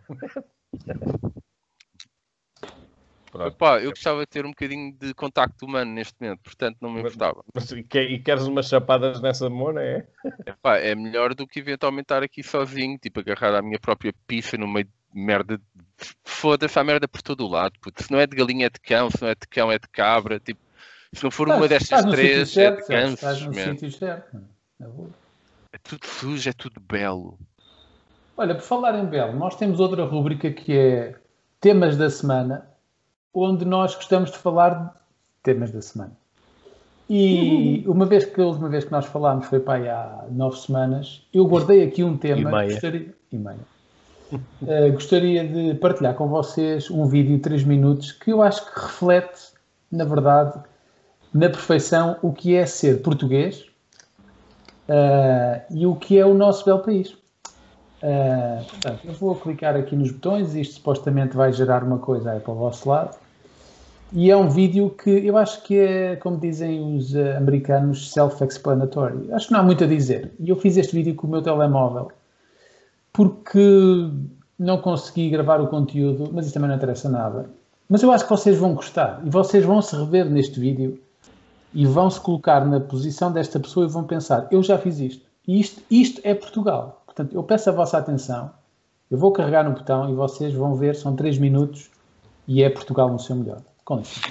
Epá, eu gostava de ter um bocadinho de contacto humano neste momento, portanto não me importava. Mas, e, que- e queres umas chapadas nessa mona, é? Epá, é melhor do que eventualmente estar aqui sozinho, tipo agarrar a minha própria pifa no meio de merda. Foda-se a merda por todo o lado, puto. Se não é de galinha é de cão, se não é de cão é de cabra, tipo, se não for uma Estás- destas estás no sítio três, é certo, de Celso, Estás gansos, no man. sítio certo. Na boa. É tudo sujo, é tudo belo. Olha, por falar em belo, nós temos outra rubrica que é Temas da Semana, onde nós gostamos de falar de temas da semana. E uma vez que a última vez que nós falámos foi para aí há nove semanas, eu guardei aqui um tema. E meia. Gostaria, e meia. Uh, gostaria de partilhar com vocês um vídeo de três minutos que eu acho que reflete, na verdade, na perfeição o que é ser português uh, e o que é o nosso belo país. Uh, portanto, eu vou clicar aqui nos botões, isto supostamente vai gerar uma coisa aí para o vosso lado. E é um vídeo que eu acho que é, como dizem os uh, americanos, self-explanatory. Acho que não há muito a dizer. E eu fiz este vídeo com o meu telemóvel porque não consegui gravar o conteúdo, mas isso também não interessa nada. Mas eu acho que vocês vão gostar e vocês vão se rever neste vídeo e vão se colocar na posição desta pessoa e vão pensar, eu já fiz isto. E isto, isto é Portugal. Portanto, eu peço a vossa atenção, eu vou carregar no botão e vocês vão ver, são três minutos e é Portugal no seu melhor. Com licença.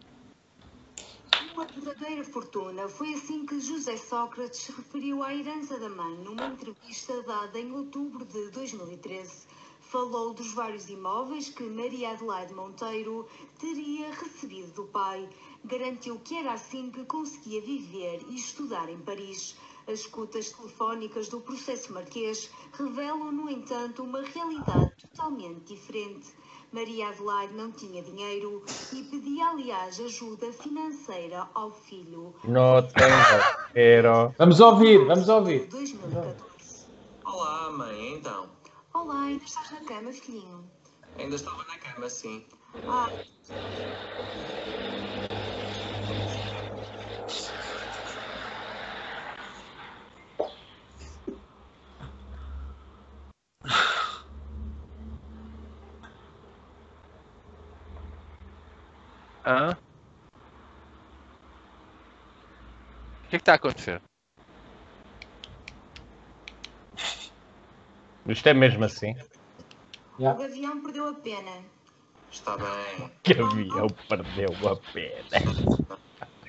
Uma verdadeira fortuna. Foi assim que José Sócrates se referiu à herança da mãe numa entrevista dada em outubro de dois mil e treze. Falou dos vários imóveis que Maria Adelaide Monteiro teria recebido do pai. Garantiu que era assim que conseguia viver e estudar em Paris. As escutas telefónicas do processo marquês revelam, no entanto, uma realidade totalmente diferente. Maria Adelaide não tinha dinheiro e pedia, aliás, ajuda financeira ao filho. Não tem dinheiro. Vamos ouvir, vamos ouvir. dois mil e catorze. Olá, mãe, então. Olá, ainda estás na cama, filhinho? Ainda estava na cama, sim. Ah, Hã? O que é que está a acontecer? Isto é mesmo assim? o gavião perdeu a pena. Está bem. Que avião perdeu a pena.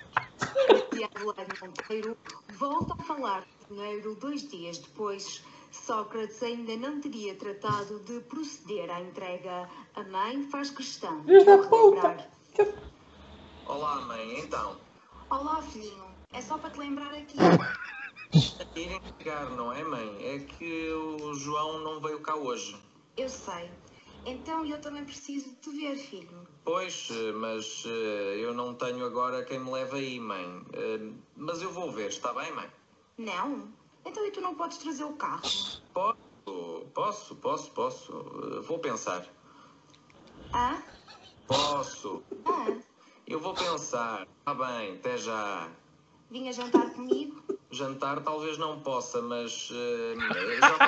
Maria Adelaide Monteiro volta a falar de dinheiro dois dias depois. Sócrates ainda não teria tratado de proceder à entrega. A mãe faz questão de Filhos da relembrar. Olá, mãe, então. Olá, filhinho. É só para te lembrar aqui. Ir entregar, não é, mãe? É que o João não veio cá hoje. Eu sei. Então eu também preciso de te ver, filho. Pois, mas eh, eu não tenho agora quem me leve aí, mãe. Eh, Mas eu vou ver, está bem, mãe? Não? Então e tu não podes trazer o carro? Posso, posso, posso, posso. Eh, Vou pensar. Ah? Posso. Ah? Eu vou pensar. Está bem, até já. Vinha jantar comigo? Jantar talvez não possa, mas... eh, já...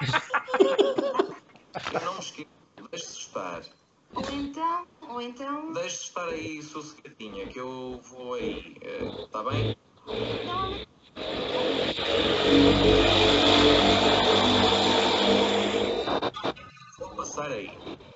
Eu não me esqueço. Deixe-se estar. Ou então, ou então... Deixe-se estar aí sossegadinha, que eu vou aí. Está bem? Não, Vou passar aí.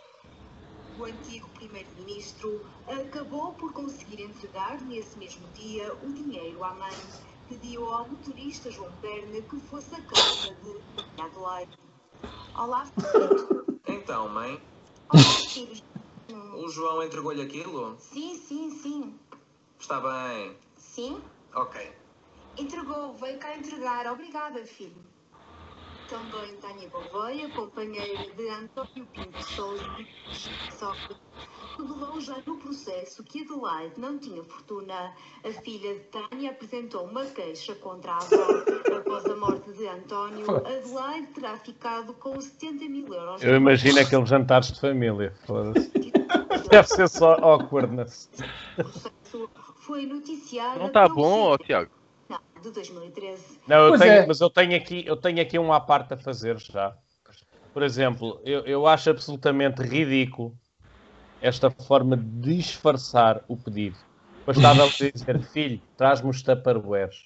o antigo primeiro-ministro acabou por conseguir entregar nesse mesmo dia o dinheiro à mãe. Pediu ao motorista João Perna que fosse à casa de Adelaide. Olá, filho. Então, mãe, Olá, filho. o João entregou-lhe aquilo? Sim, sim, sim. Está bem. Sim? Ok. Entregou, veio cá entregar. Obrigada, filho. Também Tânia Gouveia, companheira de António Pinto Sousa, Sócrates, revelou já no processo que Adelaide não tinha fortuna. A filha de Tânia apresentou uma queixa contra a avó. Após a morte de António, Adelaide terá ficado com setenta mil euros. Eu imagino aqueles jantares de família. Foda-se. Deve ser só awkwardness. O processo foi noticiado. Não está pelo bom, ó, C- Tiago? de dois mil e treze. Não, eu Pois tenho, é. mas eu tenho, aqui, eu tenho aqui um à parte a fazer já. Por exemplo, eu, eu acho absolutamente ridículo esta forma de disfarçar o pedido. Bastava dizer, filho, traz-me os tupperwares.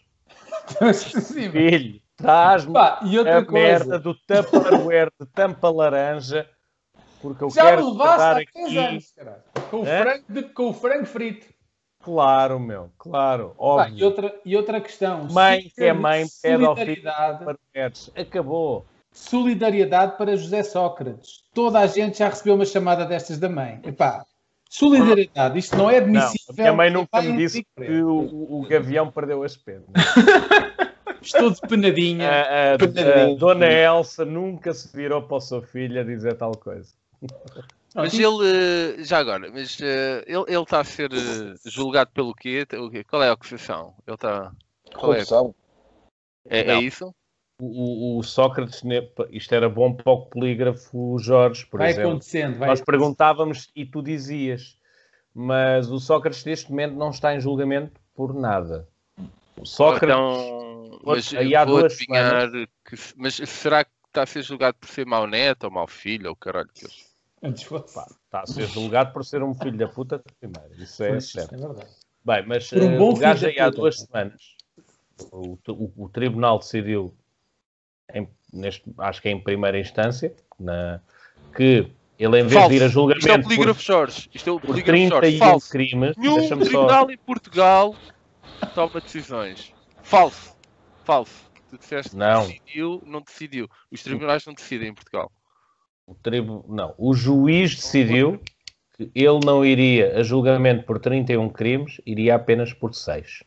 Sim, Filho, traz-me pá, e outra a coisa. merda do tupperware de tampa laranja, porque eu Já quero me levaste guardar há três aqui. anos, caralho. Com o, É? frango de- com o frango frito. Claro, meu, claro, Pá, óbvio. e, outra, e outra questão. Mãe que é Sticker de mãe, pede ao filho solidariedade, tupperwares. Acabou. solidariedade para José Sócrates. Toda a gente já recebeu uma chamada destas da mãe. Epá, solidariedade. Isto não é Não, admissível. a minha mãe nunca Vai me em disse secret. que o, o- o gavião perdeu as penas. Estou de penadinha. A, a- a Penadinho. dona Elsa nunca se virou para o seu filho a dizer tal coisa. Mas ele, eh, já agora, mas eh, ele ele está a ser eh, julgado pelo quê? O quê? Qual é a acusação? Ele está. Qual é? Corrupção. É, é Não. isso? O, o- o Sócrates, ne- isto era bom para o polígrafo Jorge, por Vai exemplo. acontecendo. Vai Nós acontecendo. perguntávamos e tu dizias, mas o Sócrates neste momento não está em julgamento por nada. O Sócrates, Então, mas aí há vou duas adivinhar que. se- Mas será que está a ser julgado por ser mau neto ou mau filho ou o caralho que eu- Antes fosse. pá, está a ser julgado por ser um filho da puta primeiro. Isso é Pois, certo. é verdade. Bem, mas Por um eh, bom o gajo filho aí da há puta. duas semanas, o, o- o tribunal decidiu, em- neste, acho que é em primeira instância, na- que ele, em vez de ir a Falso. Isto é o julgamento polígrafo por, Jorge. Isto é o por polígrafo Jorge. trinta e um Falso. crimes, Nenhum deixa-me só. tribunal em Portugal toma decisões. Falso. Falso. Tu disseste Não. que decidiu, não decidiu. Os tribunais não decidem em Portugal. O tribu, não, o juiz decidiu que ele não iria a julgamento por trinta e um crimes, iria apenas por seis.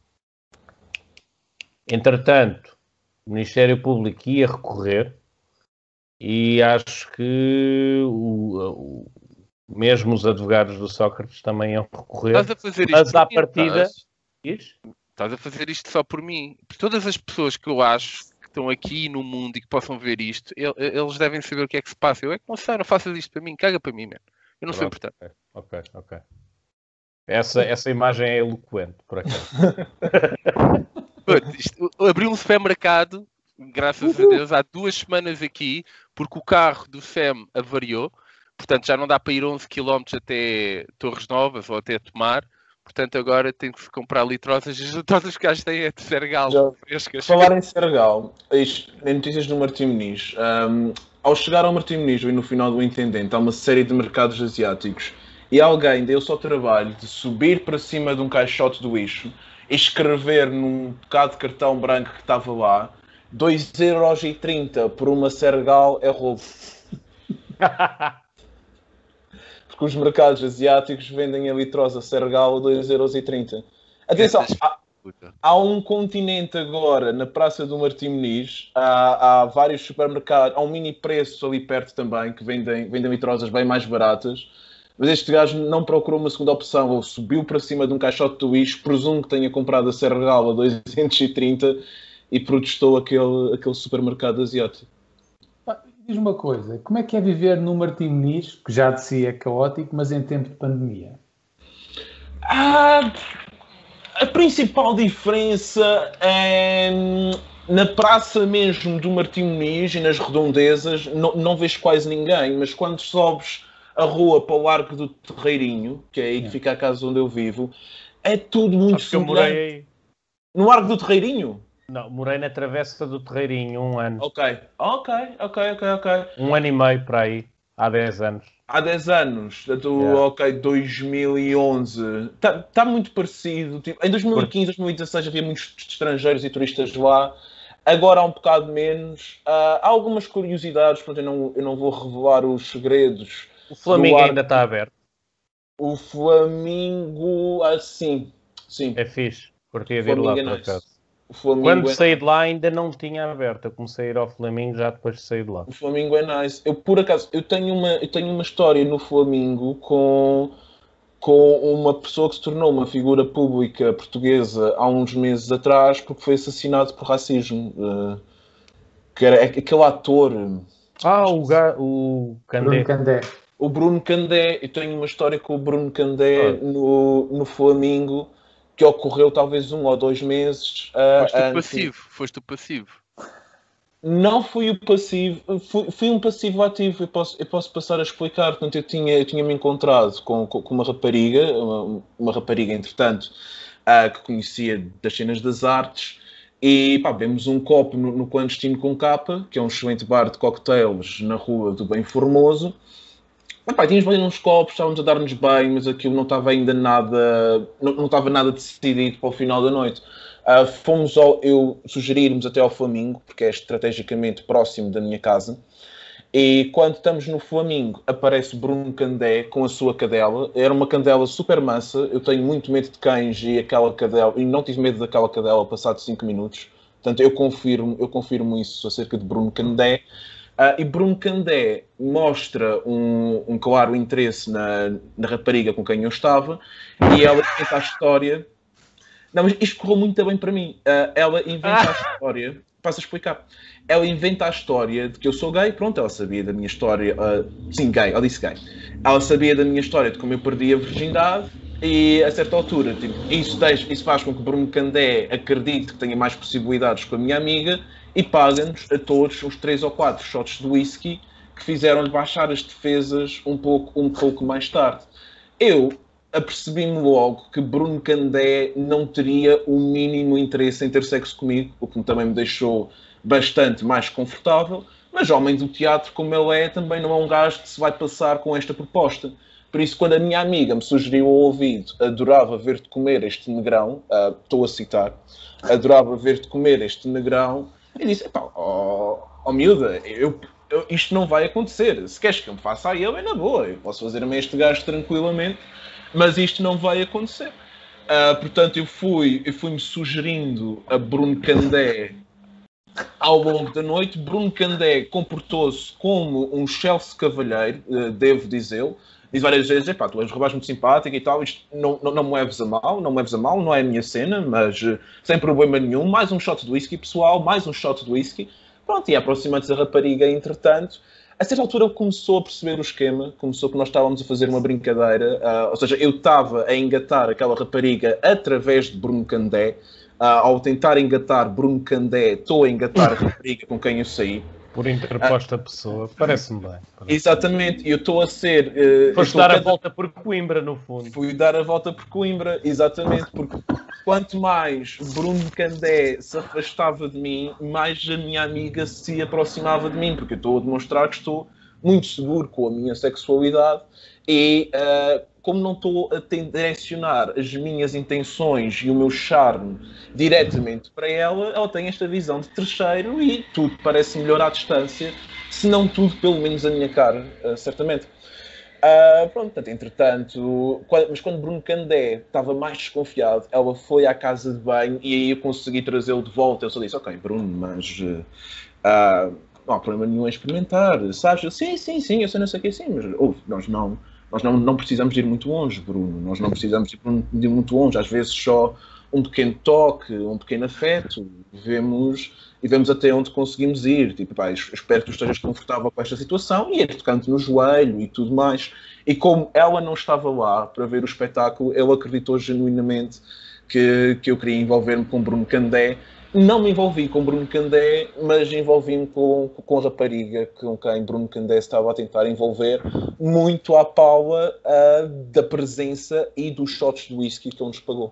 Entretanto, o Ministério Público ia recorrer e acho que o, o- mesmo os advogados do Sócrates também iam recorrer. Estás a fazer isto Mas por à mim, partida- estás? Diz? Estás a fazer isto só por mim. Por todas as pessoas que eu acho que estão aqui no mundo e que possam ver isto, el- eles devem saber o que é que se passa. Eu é que não sei, não faças isto para mim, caga para mim, man. Eu não sou Pronto. importante. Ok, ok. Essa, essa imagem é eloquente, por acaso. Puto, isto- Abri um supermercado, graças a Deus, há duas semanas aqui, porque o carro do S E M avariou. Portanto, já não dá para ir onze quilómetros até Torres Novas ou até Tomar. Portanto, agora tenho que comprar litrosas. As litrosas que elas têm é de Sergal, Já- frescas. Falar em Sergal, isto, em notícias do Martim Muniz, um, ao chegar ao Martim Muniz e no final do Intendente, há uma série de mercados asiáticos e alguém deu-se ao trabalho de subir para cima de um caixote do lixo e escrever num bocado de cartão branco que estava lá, dois euros e trinta por uma Sergal é roubo. Porque os mercados asiáticos vendem a litrosa Sergal a dois euros e trinta. Atenção, há, há um continente agora, na Praça do Martim Moniz, há, há vários supermercados, há um mini preço ali perto também, que vendem, vendem litrosas bem mais baratas. Mas este gajo não procurou uma segunda opção, ou subiu para cima de um caixote de lixo, presumo que tenha comprado a Sergal a duzentos e trinta e protestou aquele, aquele supermercado asiático. Diz uma coisa, como é que é viver no Martim Moniz, que já de si é caótico, mas em tempo de pandemia? Ah, a principal diferença é na praça mesmo do Martim Moniz e nas redondezas, não, não vês quase ninguém, mas quando sobes a rua para o Largo do Terreirinho, que é aí que fica a casa onde eu vivo, é tudo muito Acho que eu morei aí. No Largo do Terreirinho? Não, morei na Travessa do Terreirinho, um ano. Ok, ok, ok, ok, ok. Um ano e meio para aí, há dez anos. Há dez anos, do, Yeah. ok, dois mil e onze. Está tá muito parecido. Tipo, em dois mil e quinze, dois mil e dezasseis havia muitos estrangeiros e turistas lá. Agora há um bocado menos. Uh, há algumas curiosidades, portanto eu não, eu não vou revelar os segredos. O Flamengo ar... ainda está aberto. O Flamengo, ah, sim, sim. É fixe. Curtia de ir lá, por acaso. O Flamengo Quando é... saí de lá ainda não tinha aberto. Eu comecei a ir ao Flamengo já depois de sair de lá. O Flamengo é nice. Eu, por acaso, eu tenho uma, eu tenho uma história no Flamengo com, com uma pessoa que se tornou uma figura pública portuguesa há uns meses atrás porque foi assassinado por racismo. Uh, que era aquele ator... Ah, o, ga... o Candé. Bruno Candé. O Bruno Candé. Eu tenho uma história com o Bruno Candé oh. no, no Flamengo que ocorreu talvez um ou dois meses uh, Foste o antes. passivo, foste o passivo. Não fui o passivo, fui, fui um passivo ativo, eu posso, eu posso passar a explicar. Portanto, eu tinha, eu tinha-me encontrado com, com, com uma rapariga, uma, uma rapariga, entretanto, uh, que conhecia das cenas das artes, e pá, bebemos um copo no, no Clandestino com Capa, que é um excelente bar de cocktails na rua do Bem Formoso. Ah, pá, tínhamos bem uns copos, estávamos a dar-nos bem, mas aquilo não estava ainda nada, não, não estava nada decidido para o final da noite. Uh, fomos ao, eu sugerir-nos até ao Flamengo, porque é estrategicamente próximo da minha casa, e quando estamos no Flamengo aparece Bruno Candé com a sua cadela. Era uma cadela super mansa, eu tenho muito medo de cães e aquela cadela, e não tive medo daquela cadela passado cinco minutos, portanto eu confirmo, eu confirmo isso acerca de Bruno Candé. Uh, e Bruno Candé mostra um, um claro interesse na, na rapariga com quem eu estava, e ela inventa a história. Não, mas isto correu muito bem para mim. Uh, ela inventa ah. a história. Passo a explicar. Ela inventa a história de que eu sou gay. Pronto, ela sabia da minha história. Uh, sim, gay. Ela disse gay. Ela sabia da minha história de como eu perdi a virgindade. E a certa altura, tipo, isso, deixa, isso faz com que Bruno Candé acredite que tenha mais possibilidades com a minha amiga e paga-nos a todos os três ou quatro shots de whisky que fizeram-lhe baixar as defesas um pouco, um pouco mais tarde. Eu apercebi-me logo que Bruno Candé não teria o mínimo interesse em ter sexo comigo, o que também me deixou bastante mais confortável, mas homem do teatro como ele é, também não é um gajo que se vai passar com esta proposta. Por isso, quando a minha amiga me sugeriu ao ouvido, adorava ver-te comer este negrão, uh, estou a citar, adorava ver-te comer este negrão, eu disse, pá, ó oh, oh, miúda, eu, eu, isto não vai acontecer, se queres que eu me faça a ele, é na boa, eu posso fazer-me este gajo tranquilamente, mas isto não vai acontecer. Uh, portanto, eu fui, eu fui-me sugerindo a Bruno Candé ao longo da noite. Bruno Candé comportou-se como um Chelsea cavalheiro, uh, devo dizê-lo. Diz várias vezes, epá, tu és um rapaz muito simpático e tal, isto não, não, não me leves a mal, não me leves a mal, não é a minha cena, mas uh, sem problema nenhum. Mais um shot de whisky, pessoal, mais um shot de whisky. Pronto, e aproximando-se a rapariga, entretanto, a certa altura ele começou a perceber o esquema, começou que nós estávamos a fazer uma brincadeira, uh, ou seja, eu estava a engatar aquela rapariga através de Bruno Candé, uh, ao tentar engatar Bruno Candé, estou a engatar a rapariga com quem eu saí. Por interposta uh, pessoa, parece-me bem. Parece exatamente, e eu estou a ser... Uh, Foste dar a volta por Coimbra, no fundo. Fui dar a volta por Coimbra, exatamente, porque quanto mais Bruno Candé se afastava de mim, mais a minha amiga se aproximava de mim, porque eu estou a demonstrar que estou muito seguro com a minha sexualidade e uh, como não estou a direcionar as minhas intenções e o meu charme diretamente para ela, ela tem esta visão de terceiro e tudo parece melhor à distância, se não tudo, pelo menos a minha cara, uh, certamente. Uh, pronto, portanto, entretanto, quando, mas quando Bruno Candé estava mais desconfiado, ela foi à casa de banho e aí eu consegui trazê-lo de volta. Eu só disse, ok, Bruno, mas uh, uh, não há problema nenhum em experimentar, sabes? Eu, sim, sim, sim, eu sei, não sei o que, sim, mas ouve, nós, não, nós não, não precisamos de ir muito longe, Bruno, nós não precisamos de ir muito longe, às vezes só um pequeno toque, um pequeno afeto, vemos... e vemos até onde conseguimos ir. Tipo, pá, espero que tu estejas confortável com esta situação, e ir tocando no joelho e tudo mais. E como ela não estava lá para ver o espetáculo, ele acreditou genuinamente que, que eu queria envolver-me com Bruno Candé. Não me envolvi com Bruno Candé, mas envolvi-me com, com a rapariga com quem Bruno Candé estava a tentar envolver, muito à pala uh, da presença e dos shots de whisky que ele nos pagou.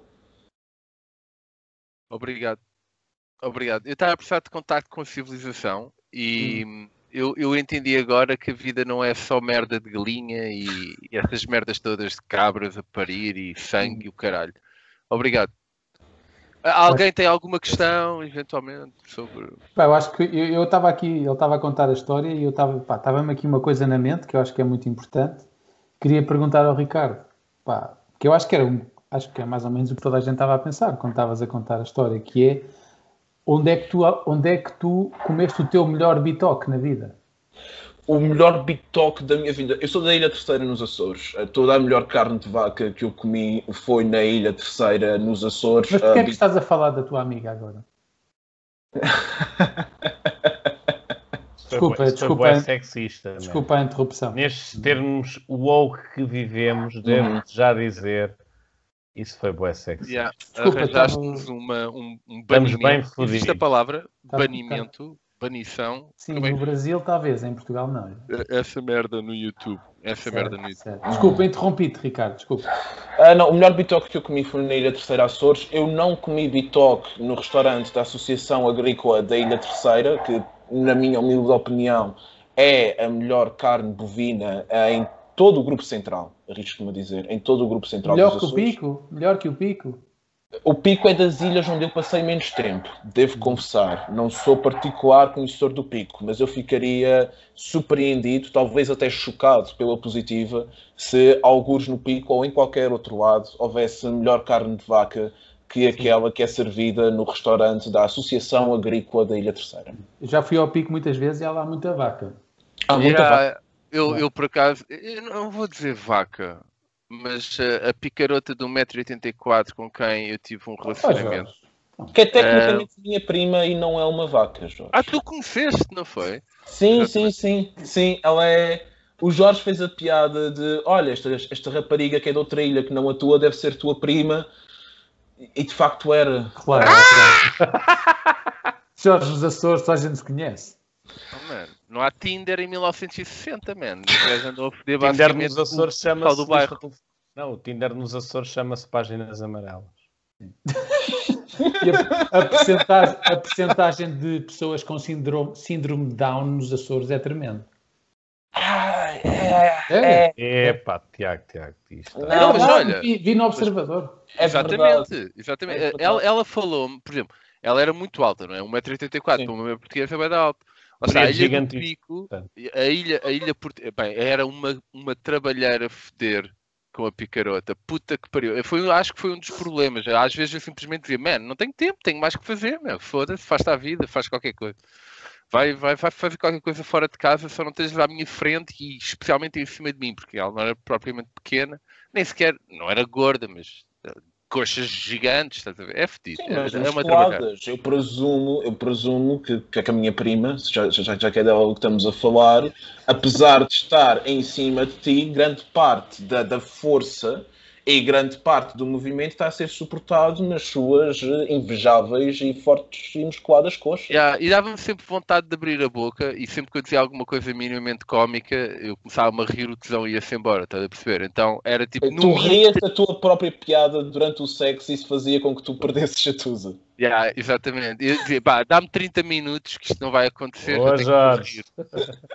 Obrigado. Obrigado. Eu estava a precisar de contacto com a civilização e hum. eu, eu entendi agora que a vida não é só merda de galinha e, e essas merdas todas de cabras a parir e sangue hum. e o caralho. Obrigado. Alguém tem alguma questão, eventualmente, sobre... Pá, eu acho que eu estava aqui, ele estava a contar a história e eu estava, pá, estava-me aqui uma coisa na mente que eu acho que é muito importante. Queria perguntar ao Ricardo, pá, que eu acho que era um, acho que é mais ou menos o que toda a gente estava a pensar quando estavas a contar a história, que é onde é que tu, onde é que tu comeste o teu melhor bitoque na vida? O melhor bitoque da minha vida. Eu sou da Ilha Terceira, nos Açores. Toda a melhor carne de vaca que eu comi foi na Ilha Terceira, nos Açores. Mas porquê é que estás a falar da tua amiga agora? Desculpa, desculpa, é sexista. Desculpa a interrupção. Nestes termos woke que vivemos, devo já dizer, isso foi bué sexista. Yeah. Arranjaste-nos uma, um, um banimento. Existe a palavra tá banimento. Banição. Sim, no Brasil talvez, em Portugal não. Essa merda no YouTube. Essa certo, merda no YouTube. Certo. Desculpa, interrompi-te, Ricardo, desculpa. Ah, não, o melhor bitoque que eu comi foi na Ilha Terceira, Açores. Eu não comi bitoque no restaurante da Associação Agrícola da Ilha Terceira, que, na minha humilde opinião, é a melhor carne bovina em todo o Grupo Central. Arrisco-me a dizer, em todo o Grupo Central melhor dos Açores. Melhor que o Pico? Melhor que o Pico? O Pico é das ilhas onde eu passei menos tempo, devo confessar. Não sou particular conhecedor do Pico, mas eu ficaria surpreendido, talvez até chocado pela positiva, se algures no Pico ou em qualquer outro lado houvesse melhor carne de vaca que aquela que é servida no restaurante da Associação Agrícola da Ilha Terceira. Eu já fui ao Pico muitas vezes e há lá muita vaca. Há muita yeah, vaca. Eu, eu, por acaso, eu não vou dizer vaca, mas a, a picarota de um metro e oitenta e quatro com quem eu tive um relacionamento. Oh, que é tecnicamente uh... minha prima e não é uma vaca, Jorge. Ah, tu conheceste, não foi? Sim, Exatamente. sim, sim. Sim, ela é... O Jorge fez a piada de, olha, esta, esta rapariga que é de outra ilha, que não a tua, deve ser tua prima. E de facto era. Claro. Ah! Jorge dos Açores, só a gente se conhece. Oh, man, não há Tinder em mil novecentos e sessenta, man. Andam a foder Tinder nos Açores chama-se... do bairro. Não, o Tinder nos Açores chama-se Páginas Amarelas. E a, a, percentagem, a percentagem de pessoas com síndrome, síndrome de Down nos Açores é tremendo. Ah, é, é, Epá, Tiago, Tiago, isto. Não, não, mas olha, vi, vi no Observador. É exatamente, exatamente. É ela, ela falou-me, por exemplo, ela era muito alta, não é? um metro e oitenta e quatro, para uma mulher portuguesa é bem alta. Ou seja, a Ilha do Pico, a ilha, a ilha bem, era uma, uma trabalheira a foder com a picarota. Puta que pariu. Foi, acho que foi um dos problemas. Às vezes eu simplesmente dizia, man, não tenho tempo, tenho mais que fazer, meu. Foda-se, faz-te a vida, faz qualquer coisa. Vai, vai, vai fazer qualquer coisa fora de casa, só não estejas à minha frente e especialmente em cima de mim, porque ela não era propriamente pequena, nem sequer, não era gorda, mas coxas gigantes, estás a ver? É fedido. Sim, mas é, é uma trabalhada. Eu presumo, eu presumo que, que a minha prima, já, já, já que é dela que estamos a falar, apesar de estar em cima de ti, grande parte da, da força e grande parte do movimento está a ser suportado nas suas invejáveis e fortes e musculadas coxas. Yeah, e dava-me sempre vontade de abrir a boca e sempre que eu dizia alguma coisa minimamente cómica, eu começava a rir, o tesão ia-se embora, estás a perceber? Então era tipo... Tu rias da tua própria piada durante o sexo e isso fazia com que tu perdesses a tusa. Yeah, exatamente. Eu dizia, pá, dá-me trinta minutos que isto não vai acontecer. Boa, Jorge.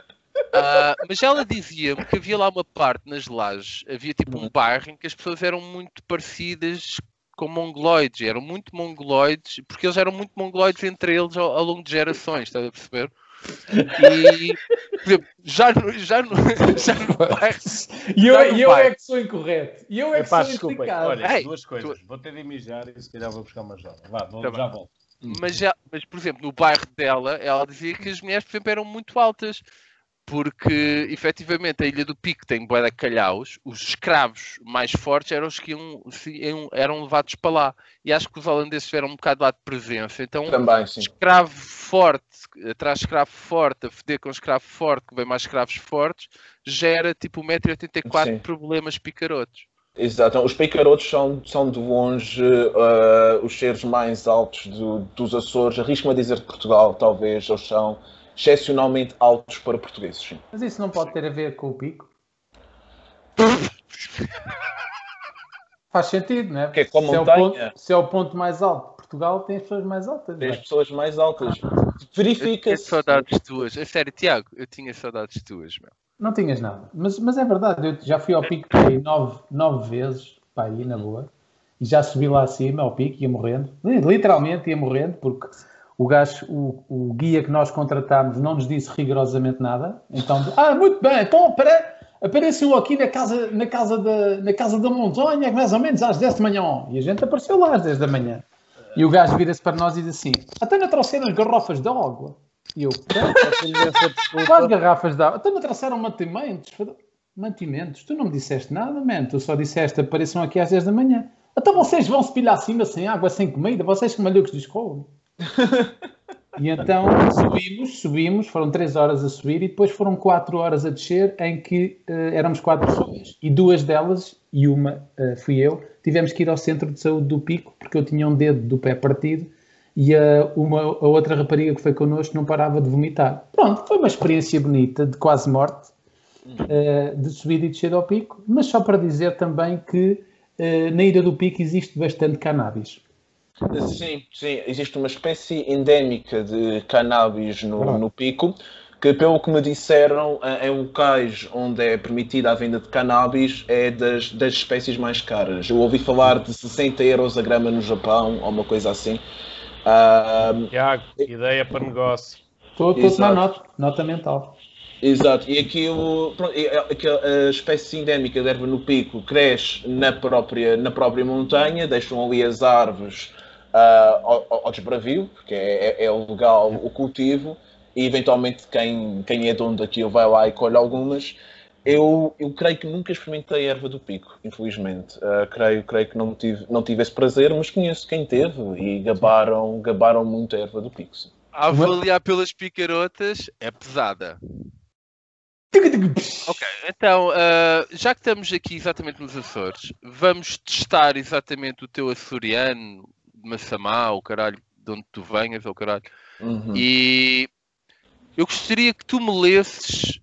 Ah, mas ela dizia-me que havia lá uma parte nas lajes, havia tipo um bairro em que as pessoas eram muito parecidas com mongoloides, eram muito mongoloides, porque eles eram muito mongoloides entre eles ao, ao longo de gerações, estás a perceber? E, por exemplo, já no, já no, já no bairro... E eu, já no e eu bairro- é que sou incorreto. E eu é que Epá, sou desculpem. implicado. Olha, Ei, duas coisas. Vou ter de mijar e se calhar vou buscar uma jola. Vá, vou, Tá já bem. volto. Mas, já, mas, por exemplo, no bairro dela, ela dizia que as mulheres, por exemplo, eram muito altas, porque, efetivamente, a Ilha do Pico tem bué de calhaus, os escravos mais fortes eram os que iam, iam- eram levados para lá. E acho que os holandeses tiveram um bocado lá de presença. Então, Também, sim. escravo forte, atrás de escravo forte, a foder com escravo forte, que vem mais escravos fortes, gera tipo um metro e oitenta e quatro Sim. problemas picarotos. Exato. Os picarotos são, são de longe uh, os seres mais altos do, dos Açores. Arrisco-me a dizer de Portugal, talvez. Eles são excepcionalmente altos para portugueses, sim. Mas isso não pode ter a ver com o pico? Faz sentido, não é? Que é com a se, é o montanha. ponto, se é o ponto mais alto de Portugal, tem as pessoas mais altas. Tem não as é? pessoas mais altas. Eu tinha Verifica-se. saudades tuas. A sério, Tiago, eu tinha saudades tuas, meu. Não tinhas nada. Mas, mas é verdade, eu já fui ao pico pá, aí nove, nove vezes, pá, aí na boa, e já subi lá acima ao pico, ia morrendo, literalmente ia morrendo, porque o gajo, o, o guia que nós contratámos não nos disse rigorosamente nada. Então, ah, muito bem, então para, apareceu aqui na casa, na, casa da, na casa da montanha, mais ou menos às dez da manhã. E a gente apareceu lá às dez da manhã. E o gajo vira-se para nós e diz assim, até não trouxeram as garrafas de água. E eu, quase garrafas de água. Até não trouxeram mantimentos. Mantimentos? Tu não me disseste nada, man. Tu só disseste, apareçam aqui às dez da manhã. Então vocês vão se pilhar acima sem água, sem comida? Vocês que malucos de escola. E então subimos, subimos, foram três horas a subir e depois foram quatro horas a descer, em que uh, éramos quatro pessoas e duas delas, e uma uh, fui eu, tivemos que ir ao centro de saúde do Pico porque eu tinha um dedo do pé partido e uh, uma, a outra rapariga que foi connosco não parava de vomitar. Pronto, foi uma experiência bonita, de quase morte, uh, de subir e descer ao Pico, mas só para dizer também que uh, na Ilha do Pico existe bastante cannabis. Sim, sim, existe uma espécie endémica de cannabis no, no Pico, que pelo que me disseram, em locais onde é permitida a venda de cannabis, é das, das espécies mais caras. Eu ouvi falar de sessenta euros a grama no Japão, ou uma coisa assim. Uh, Tiago, ideia para negócio. Estou a tomar nota, nota mental. Exato, e aquilo, pronto, a espécie endémica de erva no Pico cresce na própria, na própria montanha, deixam ali as árvores Uh, ao, ao desbravio, porque é, é legal o cultivo, e eventualmente quem, quem é dono daquilo vai lá e colhe algumas. Eu, eu creio que nunca experimentei a erva do Pico, infelizmente. Uh, creio, creio que não tive, não tive esse prazer, mas conheço quem teve e gabaram, gabaram muito a erva do Pico. Sim. A avaliar pelas picarotas é pesada. Ok, então, uh, já que estamos aqui exatamente nos Açores, vamos testar exatamente o teu açoriano, de Massamá, o caralho, de onde tu venhas, ou caralho. Uhum. E eu gostaria que tu me lesses,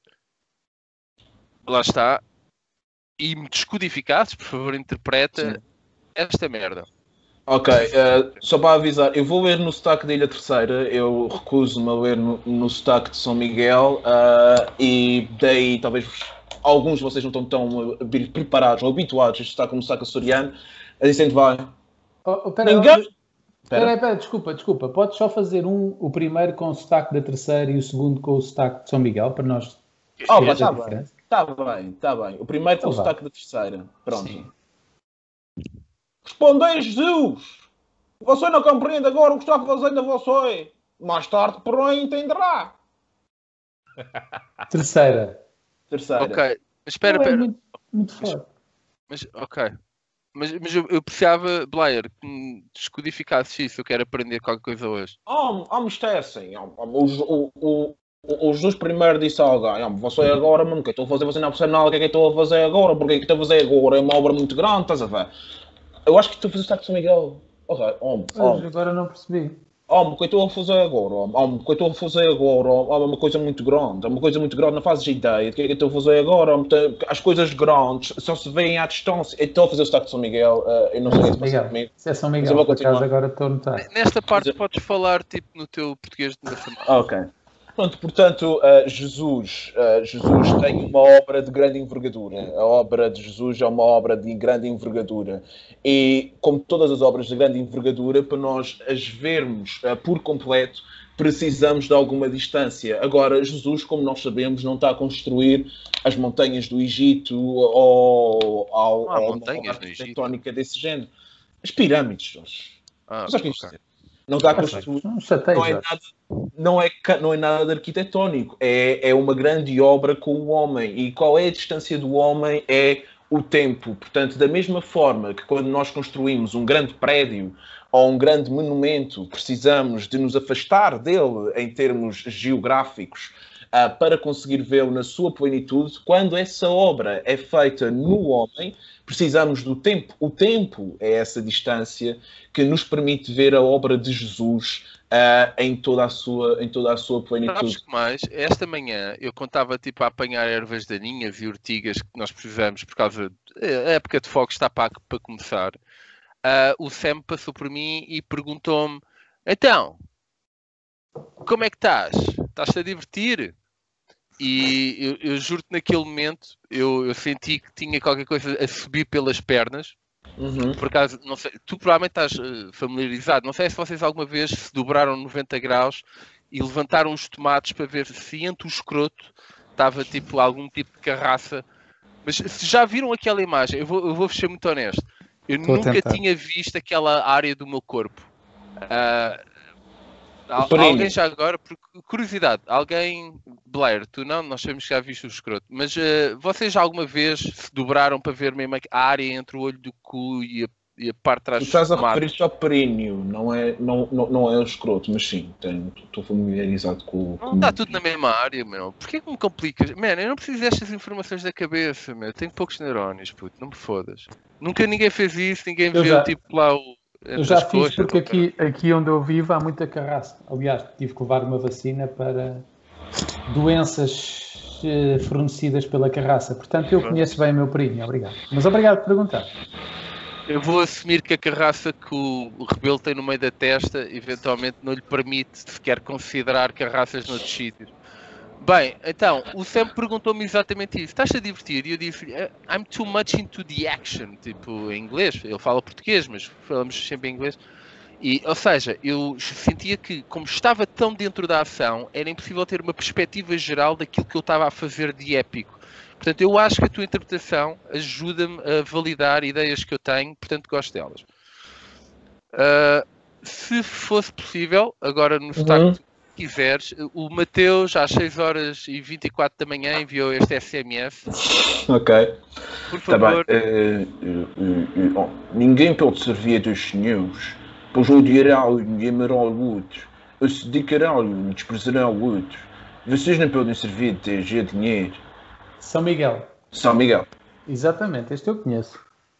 lá está, e me descodificasses, por favor, interpreta. Sim. Esta merda. Ok, uh, só para avisar, eu vou ler no sotaque da Ilha Terceira, eu recuso-me a ler no, no sotaque de São Miguel, uh, e daí talvez alguns de vocês não estão tão preparados ou habituados a este sotaque como sotaque açoriano, a dizendo vai. Oh, oh, pera, Ninguém... Espera aí, espera, desculpa, desculpa. Podes só fazer um, o primeiro com o sotaque da Terceira e o segundo com o sotaque de São Miguel, para nós... Oh, mas está bem, está bem, está bem. O primeiro com então o vai. sotaque da Terceira. Pronto. Sim. Respondei, Jesus! Você não compreende agora o que está fazendo a você. Mais tarde, porém, entenderá. Terceira. Terceira. Ok, mas espera, Não, é espera. muito, muito forte. Mas, ok. Mas, mas eu, eu precisava, Blair, que me descodificasses isso. Eu quero aprender qualquer coisa hoje. Oh, oh, isto é assim. Oh, oh, o, o, o, o Jesus primeiro disse a alguém: oh, você agora, mano, o que estou a fazer? Você não percebe nada. O que é que estou a fazer agora? Porque o que estou a fazer agora é uma obra muito grande, estás a ver? Eu acho que estou a fazer o sotaque de São Miguel. Ok, homem, Mas agora não percebi. Homem, o que eu estou a fazer agora? Homem, o que eu estou a fazer agora? Homem, é uma coisa muito grande. É uma coisa muito grande. Não fazes ideia do que é que eu estou a fazer agora. Homem, as coisas grandes só se veem à distância. Eu estou a fazer o sotaque de São Miguel. Uh, eu não sei o que se passa comigo. Se é São Miguel, Mas eu vou por acaso continuar. agora estou a notar. Nesta parte Mas eu- podes falar tipo no teu português de Massamá. Ok. Pronto, portanto, uh, Jesus, uh, Jesus tem uma obra de grande envergadura. A obra de Jesus é uma obra de grande envergadura. E, como todas as obras de grande envergadura, para nós as vermos uh, por completo, precisamos de alguma distância. Agora, Jesus, como nós sabemos, não está a construir as montanhas do Egito ou, ou, Não há ou montanhas uma no arquitetónica desse género. As pirâmides, Jorge. Ah, Mas, o que é ok. isto? Não está a construir. Não chatei, Não é, Jorge. nada, não, é, ca- não é nada de arquitetónico, é, é uma grande obra com o homem. E qual é a distância do homem? É o tempo. Portanto, da mesma forma que quando nós construímos um grande prédio ou um grande monumento, precisamos de nos afastar dele em termos geográficos ah, para conseguir vê-lo na sua plenitude, quando essa obra é feita no homem, precisamos do tempo. O tempo é essa distância que nos permite ver a obra de Jesus uh, em, toda a sua, em toda a sua Sabes plenitude. que mais? Esta manhã eu contava tipo a apanhar ervas daninhas e urtigas que nós precisamos por causa da época de fogos está para, para começar. Uh, o Sam passou por mim e perguntou-me: então, como é que estás? Estás-te a divertir? E eu, eu juro-te, naquele momento eu, eu senti que tinha qualquer coisa a subir pelas pernas. Uhum. Por acaso, não sei, tu provavelmente estás uh, familiarizado. Não sei se vocês alguma vez se dobraram noventa graus e levantaram os tomates para ver se entre o escroto estava tipo algum tipo de carraça. Mas se já viram aquela imagem, eu vou, eu vou ser muito honesto. Eu Estou a nunca tentar. tinha visto aquela área do meu corpo. Uh, al- Períneo. alguém já agora, por curiosidade, alguém, Blair, tu não, nós sabemos que já viste o escroto, mas uh, vocês já alguma vez se dobraram para ver mesmo a área entre o olho do cu e a, e a parte de trás Tu dos estás a tomates? referir-te ao períneo, não é, não, não, não é o escroto, mas sim, tenho- estou familiarizado com, com Não está tudo na mesma área, meu. Porquê que me complicas? Man, eu não preciso destas informações da cabeça, meu. Tenho poucos neurónios, puto. Não me fodas. Nunca ninguém fez isso, ninguém Eu viu, já- tipo, lá o... Eu entre já as fiz coxas, porque ou caralho. aqui, aqui onde eu vivo há muita carraça. Aliás, tive que levar uma vacina para doenças eh, fornecidas pela carraça. Portanto, eu conheço bem o meu primo. Obrigado. Mas obrigado por perguntar. Eu vou assumir que a carraça que o, o rebelo tem no meio da testa, eventualmente não lhe permite sequer considerar carraças noutros sítios. Bem, então, o Sam perguntou-me exatamente isso. Estás-te a divertir? E eu disse, I'm too much into the action. Tipo, em inglês. Ele fala português, mas falamos sempre em inglês. E, ou seja, eu sentia que, como estava tão dentro da ação, era impossível ter uma perspectiva geral daquilo que eu estava a fazer de épico. Portanto, eu acho que a tua interpretação ajuda-me a validar ideias que eu tenho, portanto, gosto delas. Uh, se fosse possível, agora no sotaque Uhum. que tu quiseres, o Mateus, às seis horas e vinte e quatro da manhã, enviou este S M S. Ok, Por está bem. favor, Eh, eh, eh, oh, ninguém pode servir a dois senhores, pois odiará um e amará o outro, ou se dedicará um e desprezará o outro. Vocês não podem servir de ter dinheiro. São Miguel. São Miguel. Exatamente, este eu conheço.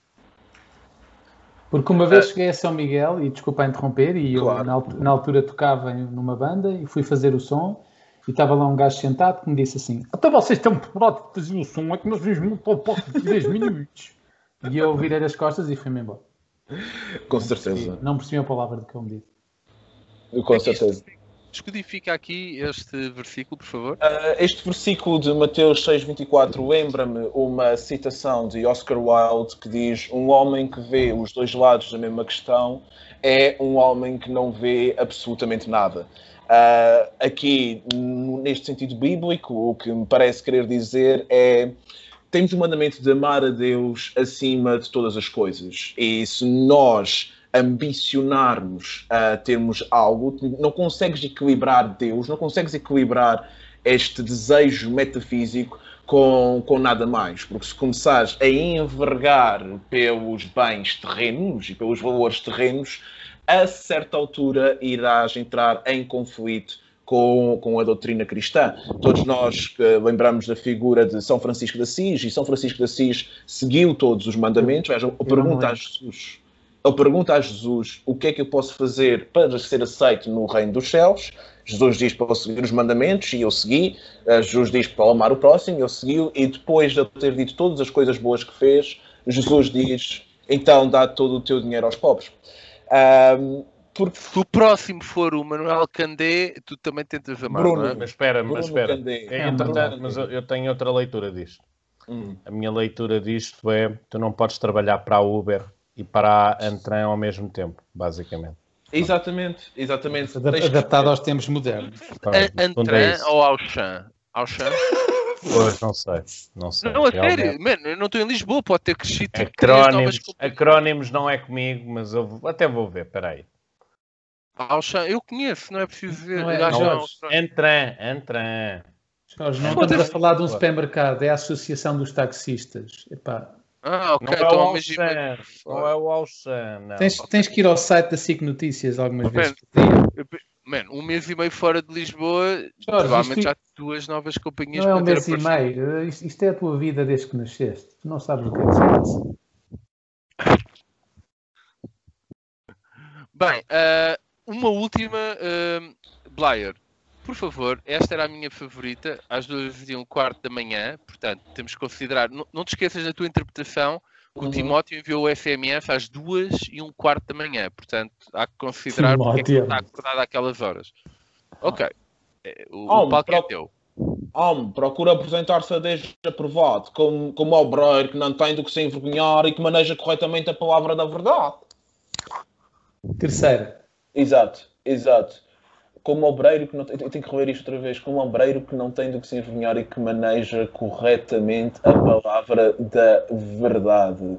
Porque uma vez cheguei a São Miguel, e desculpa interromper, e eu Claro. na, altu- na altura tocava em- numa banda e fui fazer o som, e estava lá um gajo sentado que me disse assim: até vocês estão preparados para fazer o som, é que nós vimos para o palco de dez minutos. E eu virei as costas e fui-me embora. Com E certeza. não percebi a palavra do que ele me disse. Com certeza. descodifica aqui este versículo, por favor. Uh, este versículo de Mateus seis, vinte e quatro lembra-me uma citação de Oscar Wilde que diz: um homem que vê os dois lados da mesma questão é um homem que não vê absolutamente nada. Uh, aqui, neste sentido bíblico, o que me parece querer dizer é: temos o mandamento de amar a Deus acima de todas as coisas. E se nós ambicionarmos a termos algo, não consegues equilibrar Deus, não consegues equilibrar este desejo metafísico com, com nada mais. Porque se começares a envergar pelos bens terrenos e pelos valores terrenos, a certa altura irás entrar em conflito com, com a doutrina cristã. Todos nós uh, lembramos da figura de São Francisco de Assis, e São Francisco de Assis seguiu todos os mandamentos. Veja, pergunta a Jesus, ele pergunta a Jesus o que é que eu posso fazer para ser aceito no reino dos céus. Jesus diz para eu seguir os mandamentos, e eu segui. Uh, Jesus diz para eu amar o próximo, e eu segui. E depois de ele ter dito todas as coisas boas que fez, Jesus diz: então dá todo o teu dinheiro aos pobres. Um, Porque se o próximo for o Manuel Candé, tu também tentas amar, Bruno, não é? Mas espera, mas Bruno espera. Candé. É, É, entretanto, um mas eu, eu tenho outra leitura disto. Hum. A minha leitura disto é: tu não podes trabalhar para a Uber e para a Antran ao mesmo tempo, basicamente. Exatamente, exatamente. Adap- Tens que- Adaptado aos tempos modernos. Pronto, no fundo é Antran isso. ou Auchan? Auchan? Pois, não sei, não sei. Não, a Realmente. sério, mano, eu não estou em Lisboa, pode ter crescido tipo três novas Acrónimos, companhias. acrónimos não é comigo, mas eu vou- até vou ver, peraí. Auchan, eu conheço, não é preciso ver. Não é, Acho que não. é Auchan. Antran, Antran. Jorge, não Pode estamos a ter- falar de um supermercado, é a Associação dos Taxistas. Epá, Ah, ok, Não é então o ao mesmo. Auchan, não é o Auchan, não. tens, tens que ir ao site da S I C Notícias algumas Man, vezes por dia. eu pe- man, um mês e meio fora de Lisboa, Jorge, provavelmente isto já há duas novas companhias não é um para ter mês e aparecido. meio. Isto, isto é a tua vida desde que nasceste. Tu não sabes o que é que se passa. Bem, ah, uma última, uh, Blair, por favor, esta era a minha favorita, às duas e um quarto da manhã, portanto, temos que considerar, não, não te esqueças da tua interpretação, que o Uhum. Timóteo enviou o F M F às duas e um quarto da manhã, portanto, há que considerar porque é que ele está Timóteo. acordado àquelas horas. Ok, eh, o, Oh, o palco é pro- teu. Homem, procura apresentar-se a Deus aprovado, como, como obreiro que não tem do que se envergonhar e que maneja corretamente a palavra da verdade. Terceira. Exato, exato. Como obreiro que não tem... Eu tenho que rever isto outra vez. Como obreiro que não tem do que se envergonhar e que maneja corretamente a palavra da verdade.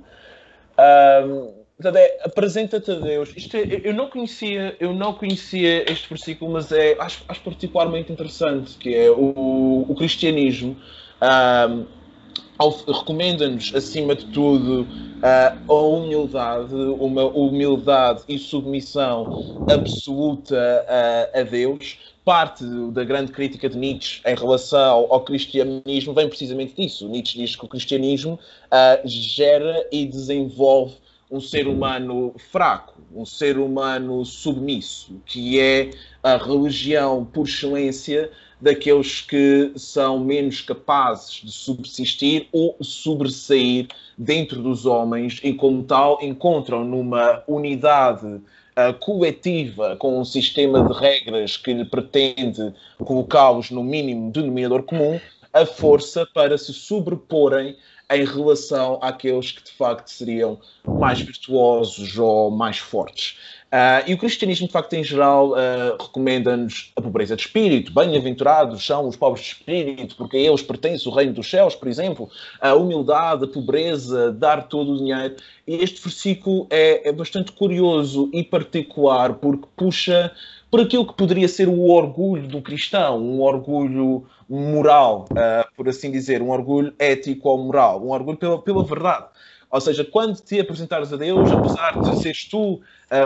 Ahm, portanto, é, apresenta-te a Deus. Isto é, eu não conhecia, eu não conhecia este versículo, mas é, acho, acho particularmente interessante, que é o, o cristianismo. ahm, ao- recomenda-nos, acima de tudo, ah, a humildade, uma humildade e submissão absoluta ah, a Deus. Parte da grande crítica de Nietzsche em relação ao cristianismo vem precisamente disso. Nietzsche diz que o cristianismo ah, gera e desenvolve um ser humano fraco, um ser humano submisso, que é a religião por excelência daqueles que são menos capazes de subsistir ou sobressair dentro dos homens e, como tal, encontram numa unidade uh, coletiva com um sistema de regras que lhe pretende colocá-los no mínimo denominador comum, a força para se sobreporem em relação àqueles que de facto seriam mais virtuosos ou mais fortes. Uh, e o cristianismo, de facto, em geral, uh, recomenda-nos a pobreza de espírito. Bem-aventurados são os pobres de espírito, porque a eles pertence o reino dos céus, por exemplo. A humildade, a pobreza, dar todo o dinheiro. E este versículo é, é bastante curioso e particular, porque puxa por aquilo que poderia ser o orgulho do cristão, um orgulho moral, uh, por assim dizer, um orgulho ético ou moral, um orgulho pela, pela verdade. Ou seja, quando te apresentares a Deus, apesar de seres tu uh,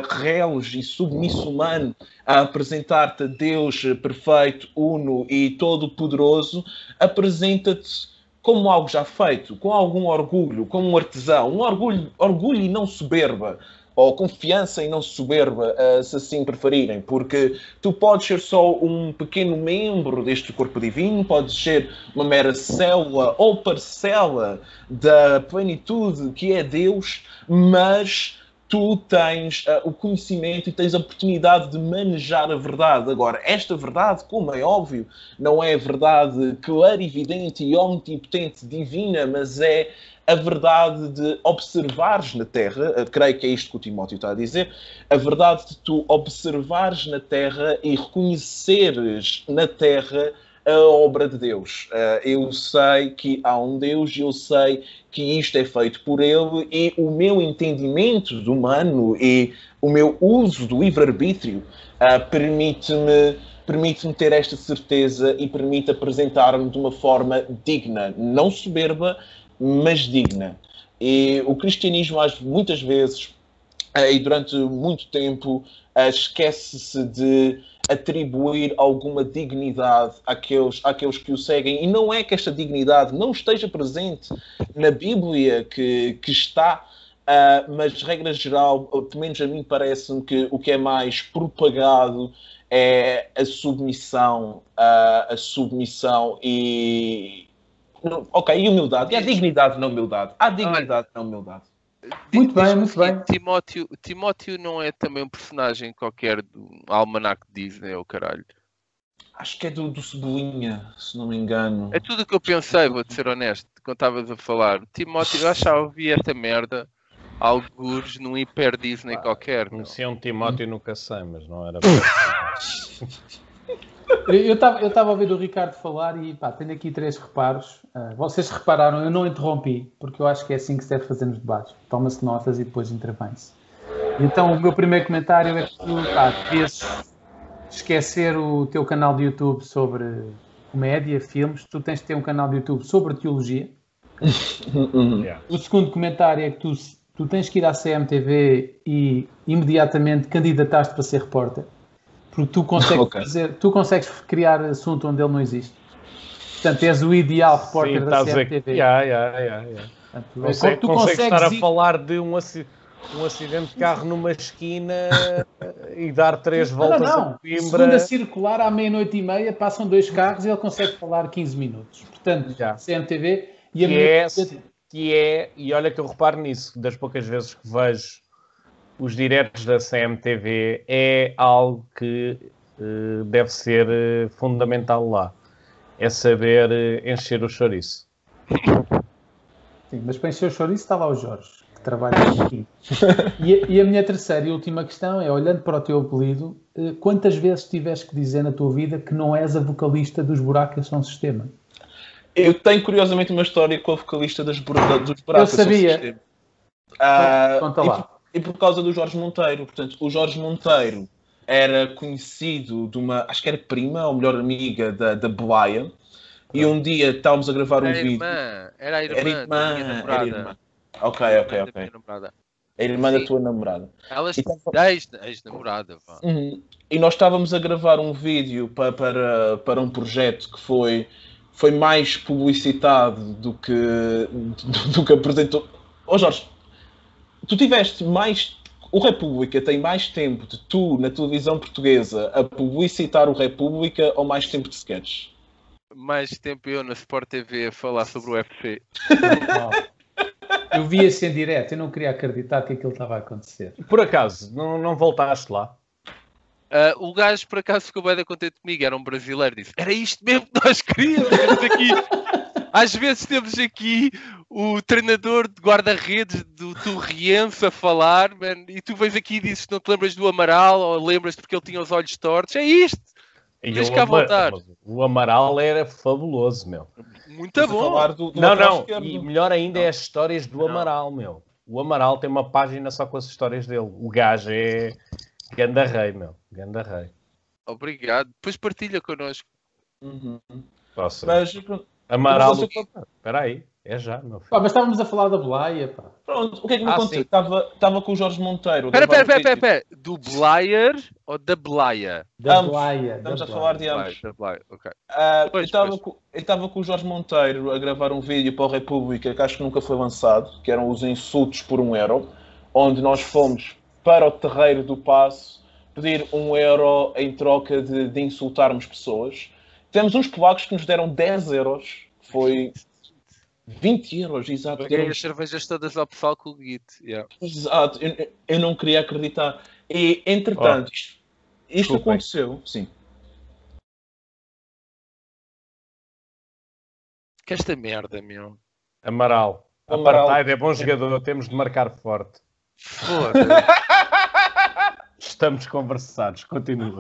reles e submisso humano, a apresentar-te a Deus perfeito, uno e todo-poderoso, apresenta-te como algo já feito, com algum orgulho, como um artesão, um orgulho, orgulho e não soberba, ou confiança e não soberba, uh, se assim preferirem, porque tu podes ser só um pequeno membro deste corpo divino, podes ser uma mera célula ou parcela da plenitude que é Deus, mas tu tens uh, o conhecimento e tens a oportunidade de manejar a verdade. Agora, esta verdade, como é óbvio, não é a verdade clarividente e omnipotente divina, mas é a verdade de observares na Terra, creio que é isto que o Timóteo está a dizer, a verdade de tu observares na Terra e reconheceres na Terra a obra de Deus. Eu sei que há um Deus e eu sei que isto é feito por Ele, e o meu entendimento do humano e o meu uso do livre-arbítrio permite-me permite-me ter esta certeza e permite apresentar-me de uma forma digna, não soberba, mas digna. E o cristianismo, muitas vezes, e durante muito tempo, esquece-se de atribuir alguma dignidade àqueles, àqueles que o seguem. E não é que esta dignidade não esteja presente na Bíblia, que, que está, uh, mas, regra geral, pelo menos a mim parece-me que o que é mais propagado é a submissão, uh, a submissão e... Ok, e humildade. E a dignidade na humildade. Há dignidade na humildade. Muito bem, Diz-me o muito seguinte, bem. Timóteo, Timóteo não é também um personagem qualquer do almanac Disney, ou caralho? Acho que é do, do Cebolinha, se não me engano. É tudo o que eu pensei, vou-te ser honesto, quando estavas a falar. Timóteo, eu achava que vi esta merda, algures num hiper Disney qualquer. Meu. Conhecia um Timóteo nunca sei, mas não era. Eu estava eu estava a ouvir o Ricardo falar e pá, tenho aqui três reparos. Uh, vocês repararam, eu não interrompi, porque eu acho que é assim que se deve fazer nos debates. Toma-se notas e depois intervém-se. Então, o meu primeiro comentário é que tu pá, devias esquecer o teu canal de YouTube sobre comédia, filmes. Tu tens de ter um canal de YouTube sobre teologia. Yeah. O segundo comentário é que tu, tu tens que ir à C M T V e imediatamente candidatar-te para ser repórter. Porque tu consegues, Ok. fazer, tu consegues criar assunto onde ele não existe. Portanto, és o ideal repórter Sim, da estás C a... M T V. yeah, yeah, yeah, yeah. Portanto, Consegue, tu consegues consegues estar a ir- falar de um, aci- um acidente de carro numa esquina e dar três Não, voltas não, a não. Coimbra. Segunda circular, à meia-noite e meia, passam dois carros e ele consegue falar quinze minutos. Portanto, Já. C M T V e a Que minha... é, que é, e olha que eu reparo nisso, das poucas vezes que vejo os diretos da C M T V, é algo que eh, deve ser eh, fundamental lá. É saber eh, encher o chouriço. Sim, mas para encher o chouriço está lá o Jorge, que trabalha aqui. E a, e a minha terceira e última questão é, olhando para o teu apelido, eh, quantas vezes tiveste que dizer na tua vida que não és a vocalista dos Buracos São Sistema? Eu tenho, curiosamente, uma história com a vocalista das bura- dos Buracos. Eu sabia. São Sistema. Ah, Conta e lá. por- E por causa do Jorge Monteiro. Portanto, o Jorge Monteiro era conhecido de uma, acho que era prima ou melhor amiga da, da Belaia. E um dia estávamos a gravar um Era a vídeo. irmã, era a irmã, Era da irmã, minha era namorada. irmã. Ok, Era a ok, irmã da ok. minha namorada. A irmã da Sim. tua namorada. Elas, E tava- ex- ex-namorada, vá. Uhum. E nós estávamos a gravar um vídeo para, para, para um projeto que foi, foi mais publicitado do que, do, do que apresentou. Ó Jorge, tu tiveste mais. O República tem mais tempo de tu, na televisão portuguesa, a publicitar o República ou mais tempo de sketches? Mais tempo eu na Sport T V a falar sobre o U F C. Eu vi esse em direto, eu não queria acreditar que aquilo estava a acontecer. Por acaso, não, não voltaste lá? Ah, o gajo, por acaso, ficou bem contente comigo. Era um brasileiro. Disse, era isto mesmo que nós queríamos. Temos aqui... Às vezes temos aqui o treinador de guarda-redes do Torriense a falar, man, e tu vens aqui e dizes que não te lembras do Amaral, ou lembras-te porque ele tinha os olhos tortos. É isto. E Tens o cá Ama- voltar. O Amaral era fabuloso, meu. Muito Estás a bom. falar do, do Não, lateral não. esquerdo. E melhor ainda é as histórias do Não. Amaral, meu. O Amaral tem uma página só com as histórias dele. O gajo é ganda rei, meu. Ganda rei. Obrigado. Depois partilha connosco. Uhum. Posso. Mas pronto, Amaral. Mas eu- Espera aí. É já, meu filho. Pá, mas estávamos a falar da Belaia, pá. pronto, o que é que me Ah, aconteceu? sim. Estava estava com o Jorge Monteiro. a Espera, gravar espera, um espera, vídeo. espera. Do Blair ou da Blaia? Da Ambos. Belaia. Estamos da a falar Belaia. de ambos. Da Blaia, ok. Ah, eu Pois, estava pois. com, eu estava com o Jorge Monteiro a gravar um vídeo para o República que acho que nunca foi lançado, que eram os insultos por um euro, onde nós fomos para o terreiro do Paço pedir um euro em troca de, de insultarmos pessoas. Tivemos uns polacos que nos deram dez euros, foi vinte euros, exato. Paguei deram- as cervejas todas ao pessoal com o Git. Yeah. Exato, eu, eu não queria acreditar. E, entretanto, isto, isto Desculpem. aconteceu, sim. Que esta merda, meu. Amaral. Amaral. Apartheid é bom jogador. Temos de marcar forte. Foda-se. Estamos conversados. Continua.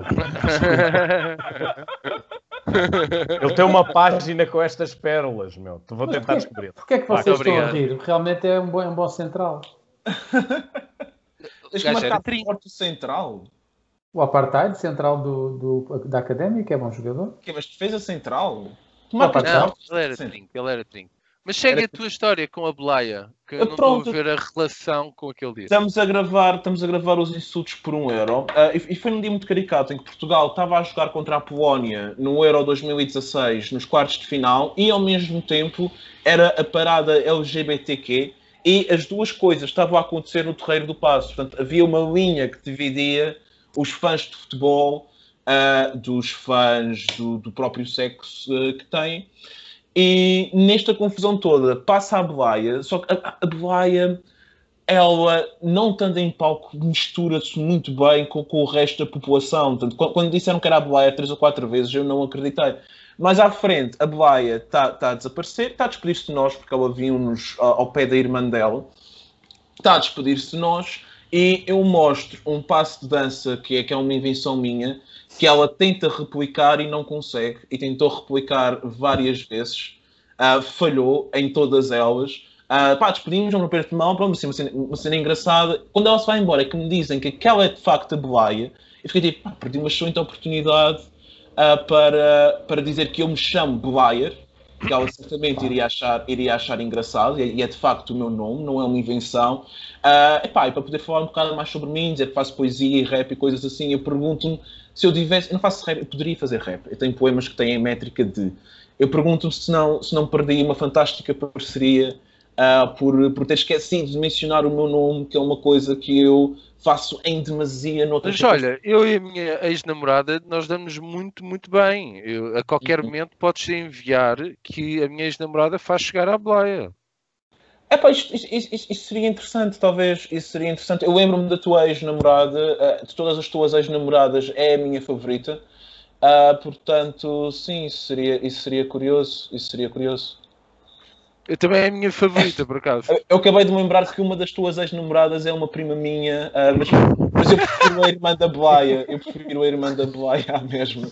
Ele tem uma página com estas pérolas, meu. Tu vou Mas tentar porquê- descobrir. Porquê é que Vai, vocês estão a obrigado. rir? Realmente é um bom, é um bom central. Tens que gajo era marcar trinco. forte o central. O Apartheid, central do, do- da Académica, é bom jogador. Que, mas defesa central? Tu Ah, marcas pá, Não, forte ele era central. trinco, ele era trinco. Mas segue Era- a tua história com a Blaia, que eu Ah, não estou pronto. a ver a relação com aquele dia. Estamos a gravar, estamos a gravar os insultos por um euro. Ah, e, e foi num dia muito caricato em que Portugal estava a jogar contra a Polónia no Euro dois mil e dezasseis, nos quartos de final, e ao mesmo tempo era a parada L G B T Q, e as duas coisas estavam a acontecer no Terreiro do Paço. Portanto, havia uma linha que dividia os fãs de futebol ah, dos fãs do, do próprio sexo ah, que têm. E nesta confusão toda passa a Belaia, só que a, a Belaia ela, não estando em palco, mistura-se muito bem com, com o resto da população. Portanto, quando, quando disseram que era a Boleia três ou quatro vezes, eu não acreditei. Mais à frente, a Boleia está tá a desaparecer, está a despedir-se de nós, porque ela viu-nos ao, ao pé da irmã dela. Está a despedir-se de nós, e eu mostro um passo de dança, que é, que é uma invenção minha, que ela tenta replicar e não consegue, e tentou replicar várias vezes, uh, falhou em todas elas. Uh, pá, despedimos, um aperto de mão, pronto, assim, uma, cena, uma cena engraçada. Quando ela se vai embora, é que me dizem que aquela é de facto a Boleia, eu fiquei tipo, pá, perdi uma excelente oportunidade uh, para, para dizer que eu me chamo Boleia, que ela certamente iria achar, iria achar engraçado, e é de facto o meu nome, não é uma invenção. Uh, epá, e para poder falar um bocado mais sobre mim, dizer que faço poesia e rap e coisas assim, eu pergunto-me se eu tivesse. Eu não faço rap, eu poderia fazer rap. Eu tenho poemas que têm a métrica de. Eu pergunto-me se não, se não perdi uma fantástica parceria uh, por, por ter esquecido de mencionar o meu nome, que é uma coisa que eu faço em demasia noutras. Mas olha, eu e a minha ex-namorada, nós damos muito, muito bem. Eu, a qualquer uhum. momento podes enviar que a minha ex-namorada faz chegar à Boleia. É pá, isto, isto, isto, isto seria interessante, talvez. Isso seria interessante. Eu lembro-me da tua ex-namorada, uh, de todas as tuas ex-namoradas, é a minha favorita. Uh, portanto, sim, isso seria, isso seria curioso. Isso seria curioso. Eu também é a minha favorita, por acaso. Eu, eu acabei de me lembrar que uma das tuas ex-namoradas é uma prima minha, uh, mas, mas eu prefiro a irmã da Boleia. Eu prefiro a irmã da Boleia à mesma.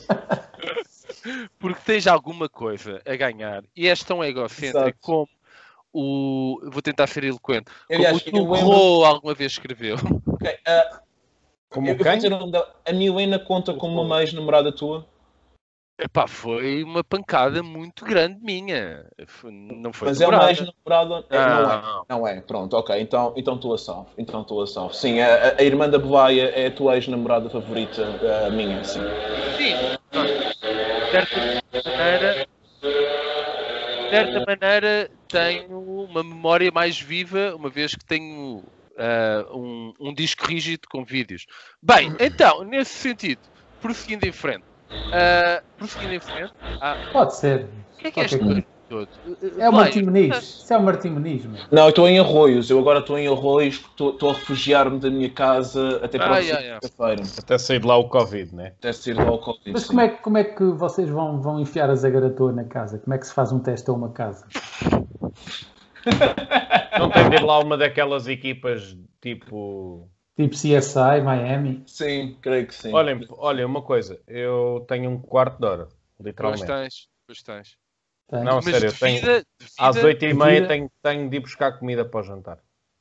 Porque tens alguma coisa a ganhar e és tão egocêntrico como o... Vou tentar ser eloquente. Eu, como aliás, o Turro alguma vez escreveu. Okay, uh, como eu, quem? Eu a Milena conta como uma ex-namorada tua? Epá, foi uma pancada muito grande minha. Não foi Mas namorada. é uma ex-namorada? Ah, não é. Não é. Pronto, ok. Então, então tu a salvo. Então tu a salvo. Sim, a, a irmã da Boleia é a tua ex-namorada favorita, a minha, sim. Sim. De certa maneira, de certa maneira tenho uma memória mais viva, uma vez que tenho uh, um, um disco rígido com vídeos. Bem, então, nesse sentido, prosseguindo em frente. Uh, prosseguindo em frente. Ah, Pode ser. O que é que é este barulho todo? É o Martim Muniz. Isso é o Martim Muniz, mano. Não, eu estou em Arroios. Eu agora estou em Arroios, estou a refugiar-me da minha casa até para a sexta-feira. Até sair de lá o Covid, né? Até sair de lá o Covid. Mas sim. como é, como é que vocês vão, vão enfiar a Zagaratoa na casa? Como é que se faz um teste a uma casa? Não tem de ir lá uma daquelas equipas tipo... Tipo C S I, Miami? Sim, creio que sim. Olhem, olhem, uma coisa. Eu tenho um quarto de hora, literalmente. Pois tens, pois tens. Tem. Não, Mas sério, eu de tenho... vida, de vida, Às oito e meia vida. tenho, tenho de ir buscar comida para o jantar.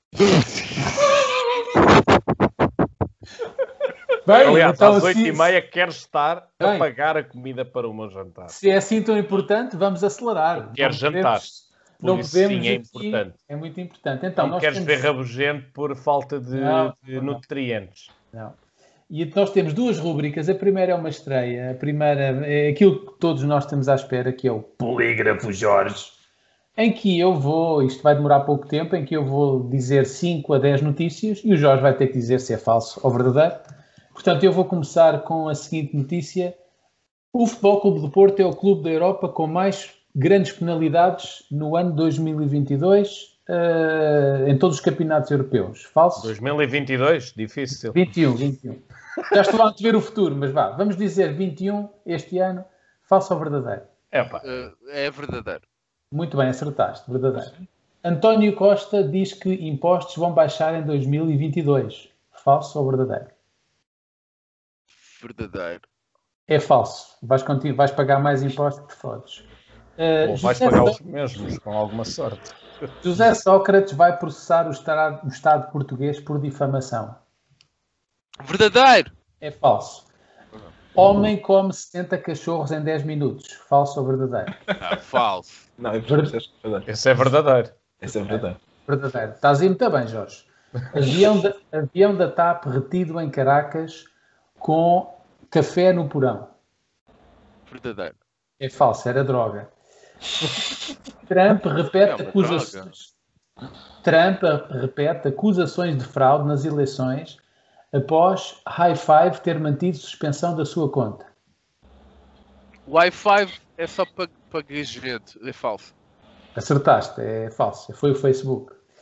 Bem, Aliás, então, às oito se, e meia quero estar a Bem. pagar a comida para o meu jantar. se é assim tão importante, vamos acelerar. Quero Não jantar. podemos- Por Não isso, podemos sim, é aqui- importante. É muito importante. Então, Não nós queres temos... ver rabugento por falta de, Não, de não. nutrientes. Não. E nós temos duas rubricas. A primeira é uma estreia. A primeira é aquilo que todos nós estamos à espera, que é o Polígrafo Jorge. Em que eu vou, isto vai demorar pouco tempo, em que eu vou dizer cinco a dez notícias e o Jorge vai ter que dizer se é falso ou verdadeiro. Portanto, eu vou começar com a seguinte notícia. O Futebol Clube do Porto é o clube da Europa com mais grandes penalidades no ano dois mil e vinte e dois uh, em todos os campeonatos europeus. Falso? dois mil e vinte e dois? Difícil. vinte e um, vinte e um. Já estou a antever o futuro, mas vá, vamos dizer vinte e um este ano. Falso ou verdadeiro? É pá. Uh, é verdadeiro. Muito bem, acertaste, verdadeiro. António Costa diz que impostos vão baixar em dois mil e vinte e dois. Falso ou verdadeiro? Verdadeiro. É falso. Vais, continu- vais pagar mais impostos que fodes. Uh, Ou vais José pagar Só- os mesmos, com alguma sorte. José Sócrates vai processar o Estado, o Estado português por difamação. Verdadeiro. É falso. Homem come setenta cachorros em dez minutos. Falso ou verdadeiro? Ah, falso. Não, eu percebo que é verdade. Esse é verdadeiro. Esse é verdade. Verdadeiro. Estás a ir muito bem, Jorge. Avião da, avião da TAP retido em Caracas com café no porão. Verdadeiro. É falso, era droga. Trump repete É uma acusações. Trump repete acusações de fraude nas eleições após High Five ter mantido suspensão da sua conta. O Wi-Fi é só para para gente. É falso. Acertaste, é falso. Foi o Facebook.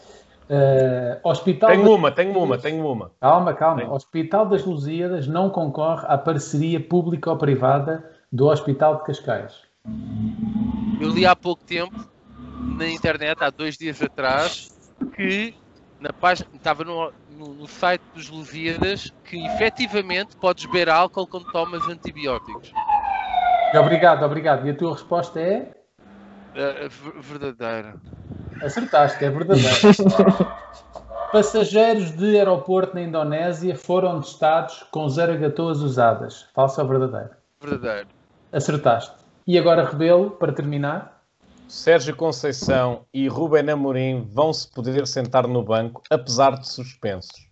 Uh, Hospital Tenho das... uma, tenho uma, tenho uma. Calma, calma. Tenho. Hospital das Lusíadas não concorre à parceria pública ou privada do Hospital de Cascais. Eu li há pouco tempo na internet, há dois dias atrás, que na página, estava no, no, no site dos Lusíadas que efetivamente podes beber álcool quando tomas antibióticos. Obrigado, obrigado. E a tua resposta é? Uh, ver- verdadeira. Acertaste, é verdadeiro. Passageiros de aeroporto na Indonésia foram testados com zaragatoas usadas. Falso ou verdadeiro? Verdadeiro. Acertaste. E agora, Rebelo, para terminar. Sérgio Conceição e Ruben Amorim vão se poder sentar no banco, apesar de suspensos.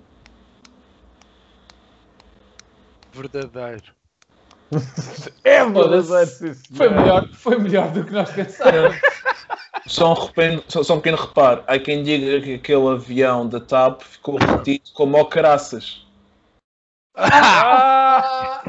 Verdadeiro. É Foda-se. Foi melhor, foi melhor do que nós pensávamos. Só um, rependo, só, só um pequeno reparo. Há quem diga que aquele avião da TAP ficou repetido como ao caraças. Ah!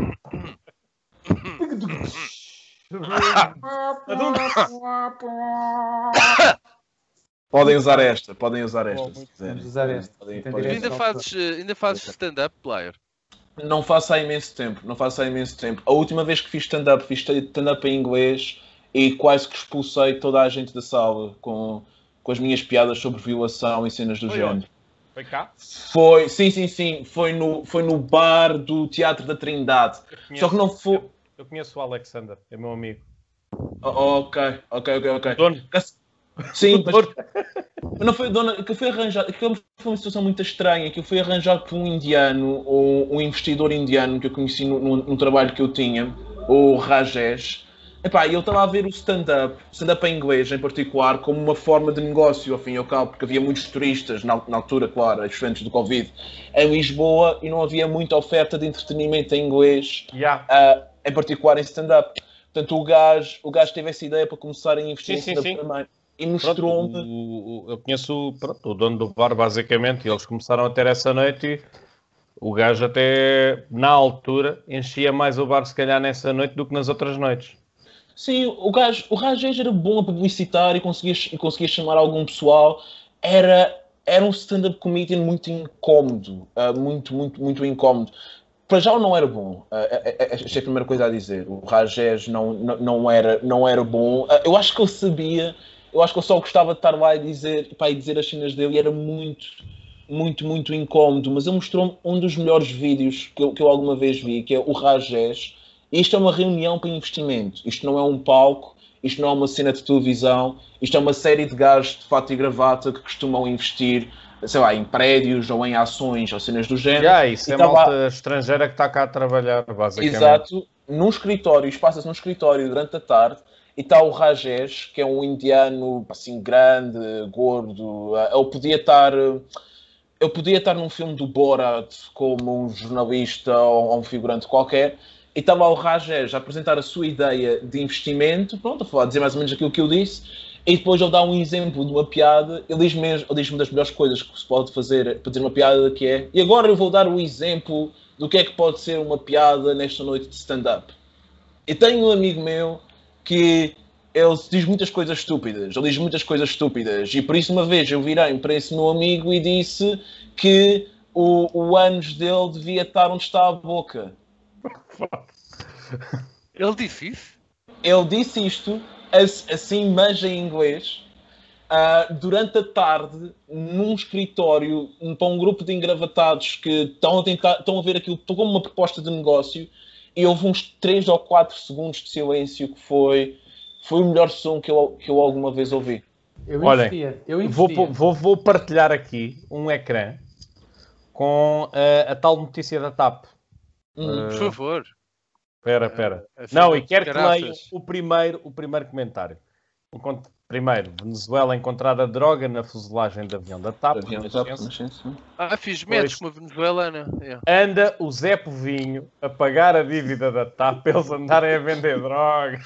Podem usar esta, podem usar esta. Se quiserem. Vamos usar esta. Podem- Entendi. podem- ainda fazes, eh, ainda fazes stand-up, player? Não faço há imenso tempo, não faço há imenso tempo. A última vez que fiz stand-up, fiz stand-up em inglês e quase que expulsei toda a gente da sala com, com as minhas piadas sobre violação e cenas do Foi género. onde? Foi cá? Foi, sim, sim, sim, foi no, foi no bar do Teatro da Trindade. Conheço- Só que não foi... Eu conheço o Alexander, é meu amigo. Oh, ok, ok, ok, ok. Dono. Sim, mas Dono. mas não foi dona, que foi arranjado, aquilo foi uma situação muito estranha, que foi arranjado por um indiano, ou um investidor indiano que eu conheci no, no, no trabalho que eu tinha, o Rajesh. Epá, e ele estava a ver o stand-up, stand-up em inglês em particular, como uma forma de negócio, ao fim e ao cabo, porque havia muitos turistas, na, na altura, claro, antes do Covid, em Lisboa, e não havia muita oferta de entretenimento em inglês, Yeah. uh, em particular em stand-up. Portanto, o gajo, o gajo teve essa ideia para começar a investir Sim, em sim, stand-up sim. também. E Pronto, mostrou-me... o- o- eu conheço pronto, o dono do bar, basicamente, e eles começaram a ter essa noite e o gajo até, na altura, enchia mais o bar, se calhar, nessa noite do que nas outras noites. Sim, o gajo, o Rajesh era bom a publicitar e conseguia, e conseguia chamar algum pessoal. Era, era um stand-up comedian muito incómodo, uh, muito, muito, muito incómodo. Para já não era bom, uh, esta é a primeira coisa a dizer. O Rajesh não, não, não, era, não era bom. Uh, eu acho que ele sabia, eu acho que ele só gostava de estar lá e dizer, pá, e dizer as cenas dele, e era muito, muito, muito incómodo. Mas ele mostrou-me um dos melhores vídeos que eu, que eu alguma vez vi, que é o Rajesh. Isto é uma reunião para investimento. Isto não é um palco, isto não é uma cena de televisão, isto é uma série de gajos de fato e gravata que costumam investir, sei lá, em prédios ou em ações ou cenas do género. Já, isso E é estava- malta estrangeira que está cá a trabalhar, basicamente. Exato, num escritório, isto passa-se num escritório durante a tarde, e está o Rajesh, que é um indiano assim grande, gordo. Ele podia estar... Eu podia estar num filme do Borat como um jornalista ou um figurante qualquer, e estava o Rajesh a apresentar a sua ideia de investimento, pronto, a falar, a dizer mais ou menos aquilo que eu disse, e depois ele dá um exemplo de uma piada. Ele diz-me ele diz-me das melhores coisas que se pode fazer para dizer uma piada, que é: e agora eu vou dar o exemplo do que é que pode ser uma piada nesta noite de stand-up. E tenho um amigo meu que ele diz muitas coisas estúpidas, ele diz muitas coisas estúpidas, e por isso uma vez eu virei para esse meu amigo e disse que o, o ânus dele devia estar onde está a boca. Ele disse isso? Ele disse isto, assim, mas em inglês, uh, durante a tarde, num escritório, para um grupo de engravatados que estão a tentar, estão a ver aquilo como uma proposta de negócio, e houve uns três ou quatro segundos de silêncio que foi, foi o melhor som que eu, que eu alguma vez ouvi. Eu Olhem, investia. Eu Vou, investia. vou, vou partilhar aqui um ecrã com a, a tal notícia da TAP. Hum. Por favor. Espera, espera. É, é Não, feito e quero que caraças. leiam o primeiro, o primeiro comentário. Encont- Primeiro, Venezuela encontrada droga na fuselagem de avião da TAP. Avião, Renascença. exato, Renascença. Ah, fiz metros com uma venezuelana. Yeah. Anda o Zé Povinho a pagar a dívida da TAP para eles andarem a vender droga.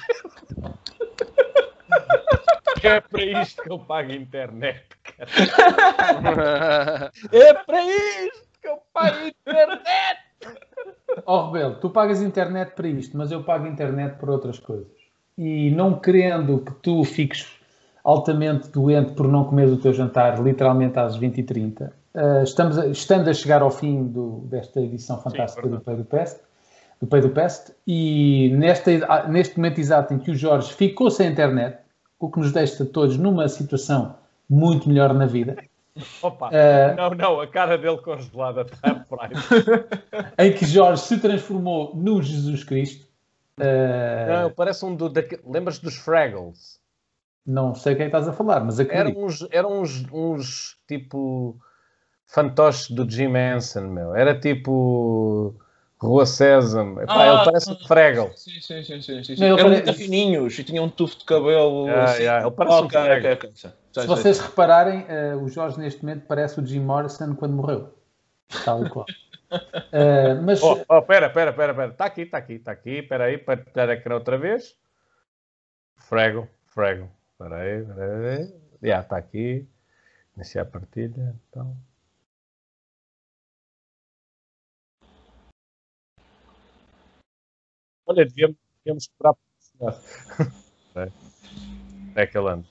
É para isto que eu pago a internet, cara. É para isto que eu pago a internet. Ó Rebelo, tu pagas internet para isto, mas eu pago internet para outras coisas. E não querendo que tu fiques altamente doente por não comer o teu jantar, literalmente às vinte e trinta. Uh, estamos a, estando a chegar ao fim do, desta edição fantástica Sim, do Pai do Peste, do Pai do Peste, e neste, neste momento exato em que o Jorge ficou sem internet, o que nos deixa todos numa situação muito melhor na vida. Opa, uh, não, não, a cara dele congelada está em que Jorge se transformou no Jesus Cristo. Uh, não, parece um do... Lembras dos Fraggles? Não sei quem estás a falar, mas acredito. Eram uns, eram uns, uns tipo fantoches do Jim Henson, meu. Era tipo Rua Sésamo. Epá, ah, ele parece um Fraggle. Sim, sim, sim. sim, sim. Não, eram parece... muito fininhos e tinham um tufo de cabelo. Ah, assim. yeah, ele parece okay, um Fraggle. Okay, okay. Se sei, vocês sei. repararem, uh, o Jorge neste momento parece o Jim Morrison quando morreu. Tal e qual. uh, mas... Oh, oh, pera, pera, pera, pera. Está aqui, está aqui, está aqui. Espera aí, para tirar a cara outra vez. Fraggle, Fraggle. Espera aí, espera aí. Já, yeah, está aqui. Iniciar a partilha. Então. Olha, devíamos, devíamos esperar para é. é que ele anda.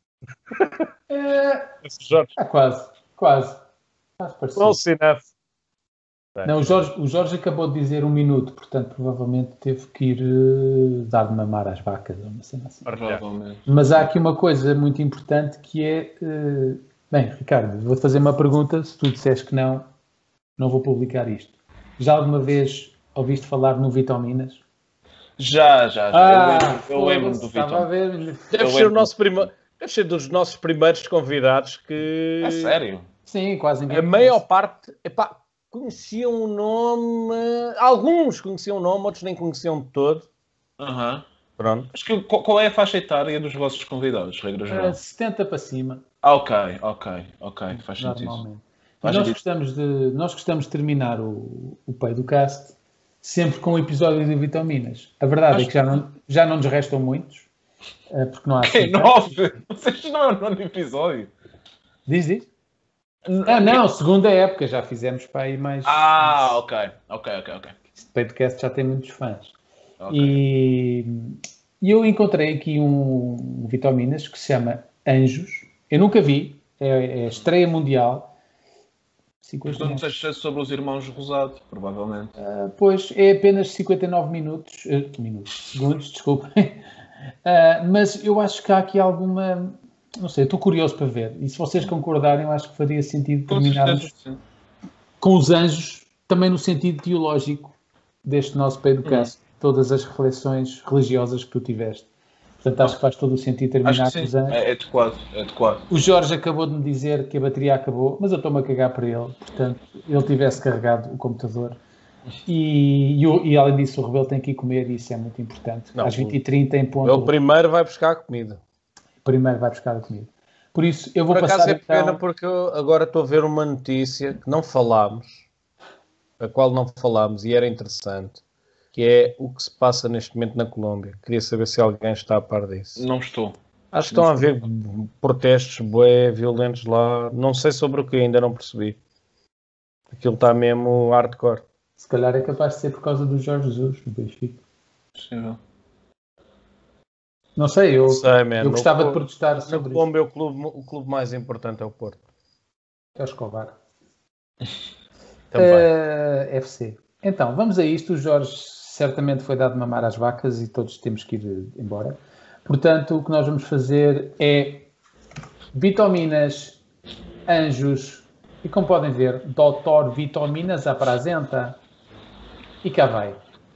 É... Jorge. Ah, quase, quase. Close enough. Não, o Jorge, o Jorge acabou de dizer um minuto, portanto, provavelmente teve que ir uh, dar de mamar às vacas. Ou uma cena assim. Mas há aqui uma coisa muito importante que é... Uh... Bem, Ricardo, vou-te fazer uma pergunta. Se tu disseres que não, não vou publicar isto. Já alguma vez ouviste falar no Vitaminas? Já, já, já. Ah, eu lembro-me lembro do Vitaminas. Deve ser o nosso primeiro... Deve ser dos nossos primeiros convidados que... É sério? Sim, quase ninguém. A maior parte... Epá, conheciam o nome... Alguns conheciam o nome, outros nem conheciam de todo. Aham. Uhum. Pronto. Mas que, qual é a faixa etária dos vossos convidados, regra geral? Uh, setenta para cima. Ah, ok, ok, ok. Faz sentido. Faz nós, gostamos de, nós gostamos de terminar o, o Pai do Cast sempre com o episódio de Vitaminas. A verdade Acho é que já não, já não nos restam muitos. Uh, porque não há... Que nove? Vocês não é o nono episódio. Diz, diz. Ah, não, segunda época, já fizemos para aí mais... Ah, ok, ok, ok, ok. Este podcast já tem muitos fãs. Okay. E, e eu encontrei aqui um, um Vitaminas que se chama Anjos. Eu nunca vi, é, é estreia mundial. cinquenta não seja sobre os irmãos Rosado, provavelmente. Uh, pois, é apenas cinquenta e nove minutos, uh, minutos, segundos, desculpem. Uh, mas eu acho que há aqui alguma... Não sei, estou curioso para ver. E se vocês concordarem, eu acho que faria sentido terminarmos com os anjos, também no sentido teológico deste nosso podcast, hum. todas as reflexões religiosas que tu tiveste. Portanto, acho que faz todo o sentido terminar com os anjos. É adequado, é adequado. O Jorge acabou de me dizer que a bateria acabou, mas eu estou-me a cagar para ele. Portanto, ele tivesse carregado o computador. E, e, e além disso, o Rebelo tem que ir comer e isso é muito importante. Não, às vinte e trinta em ponto. Ele primeiro vai buscar a comida. Primeiro vai buscar a comida. Por isso, eu vou Por passar... Por acaso é então... pena porque eu agora estou a ver uma notícia que não falámos, a qual não falámos e era interessante, que é o que se passa neste momento na Colômbia. Queria saber se alguém está a par disso. Não estou. Acho que estão a haver protestos bué violentos lá. Não sei sobre o que, ainda não percebi. Aquilo está mesmo hardcore. Se calhar é capaz de ser por causa do Jorge Jesus, no Benfica. Possível. Não sei, eu, sei, man. eu gostava no, de protestar sobre isso. Na Colômbia, o clube, o clube mais importante é o Porto. É o Escobar. Também. Uh, F C. Então, vamos a isto. O Jorge certamente foi dado mamar às vacas e todos temos que ir embora. Portanto, o que nós vamos fazer é Vitaminas, Anjos e, como podem ver, doutor Vitaminas apresenta e cá vai.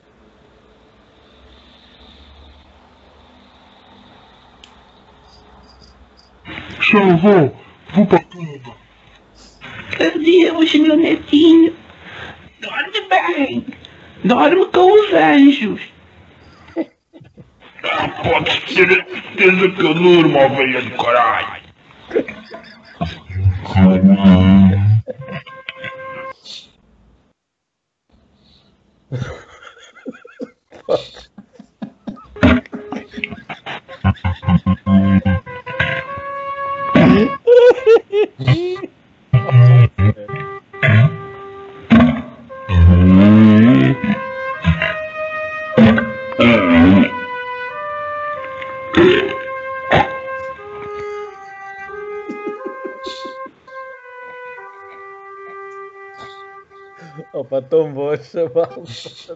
Tchau, vou. Vou pra cama. Adeus, meu netinho. Dorme bem. Dorme com os anjos. Pode ter certeza que eu durmo, ovelha do caralho. Opa, tão bom, chaval.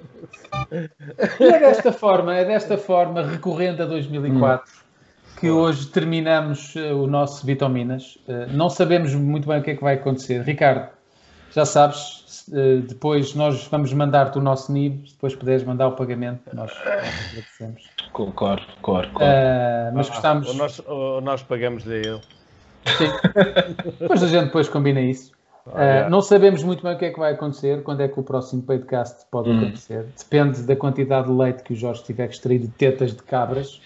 E é desta forma, é desta forma, recorrendo a dois mil e quatro, hum. que hoje terminamos uh, o nosso Vitaminas. Uh, não sabemos muito bem o que é que vai acontecer. Ricardo, já sabes, uh, depois nós vamos mandar-te o nosso N I B, se depois puderes mandar o pagamento, nós agradecemos. Concordo, concordo. Uh, mas ah, gostamos... Ou nós, ou nós pagamos-lhe a ele. Sim. Depois a gente depois combina isso. Uh, não sabemos muito bem o que é que vai acontecer, quando é que o próximo podcast pode hum. acontecer. Depende da quantidade de leite que o Jorge tiver que extrair de tetas de cabras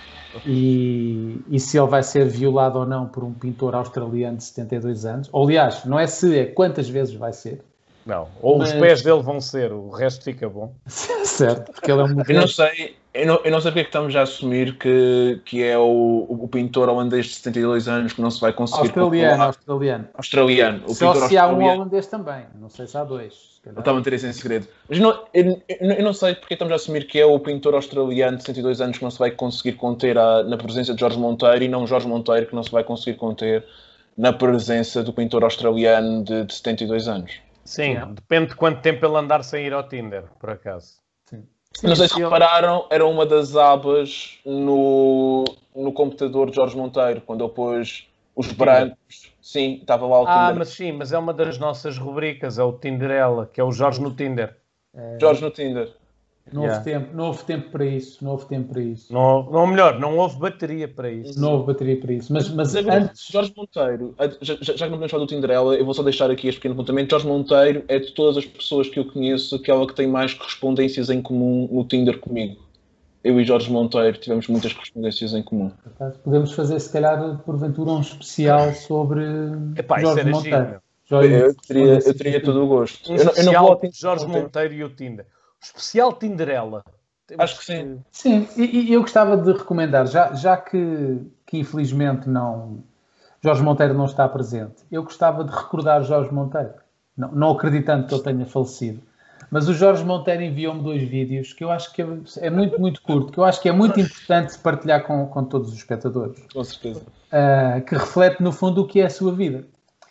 e, e se ele vai ser violado ou não por um pintor australiano de setenta e dois anos. Ou, aliás, não é se, é quantas vezes vai ser. Não, ou Mas... os pés dele vão ser, o resto fica bom. Certo, porque ele é um... Eu não sei, eu não, eu não sei porque é que estamos a assumir que, que é o, o pintor holandês de setenta e dois anos que não se vai conseguir... Australiano, australiano. Australiano. O Só pintor se há um australiano. holandês também, não sei se há dois. Eu estava a manter isso em segredo. Mas não, eu, eu, eu não sei porque estamos a assumir que é o pintor australiano de setenta e dois anos que não se vai conseguir conter a, na presença de Jorge Monteiro e não Jorge Monteiro que não se vai conseguir conter na presença do pintor australiano de, de setenta e dois anos. Sim, é. Depende de quanto tempo ele andar sem ir ao Tinder, por acaso. Sim. Sim, não sei se ele... repararam, era uma das abas no, no computador de Jorge Monteiro, quando ele pôs os brancos. Sim, estava lá o Ah, Tinder. mas sim, mas é uma das nossas rubricas, é o Tinderela, que é o Jorge no Tinder. É... Jorge no Tinder. Não, yeah. houve tempo, não houve tempo para isso, não houve tempo para isso. Não, não melhor, não houve bateria para isso. Não houve bateria para isso. Mas, mas, mas antes... Jorge Monteiro, já, já, já que não podemos falar do Tinderela, eu vou só deixar aqui este pequeno apontamento. Jorge Monteiro é de todas as pessoas que eu conheço aquela que tem mais correspondências em comum no Tinder comigo. Eu e Jorge Monteiro tivemos muitas correspondências em comum. Podemos fazer, se calhar, porventura, um especial sobre Epá, Jorge Monteiro. Jorge, eu teria, eu teria todo o gosto. Um eu, não, eu não vou Jorge Monteiro e o Tinder. O especial Tinderela. Acho que sim. Sim, e, e eu gostava de recomendar, já, já que, que infelizmente não, Jorge Monteiro não está presente, eu gostava de recordar Jorge Monteiro, não, não acreditando que ele tenha falecido, mas o Jorge Monteiro enviou-me dois vídeos que eu acho que é, é muito, muito curto, que eu acho que é muito importante partilhar com, com todos os espectadores. Com certeza. Uh, que reflete, no fundo, o que é a sua vida.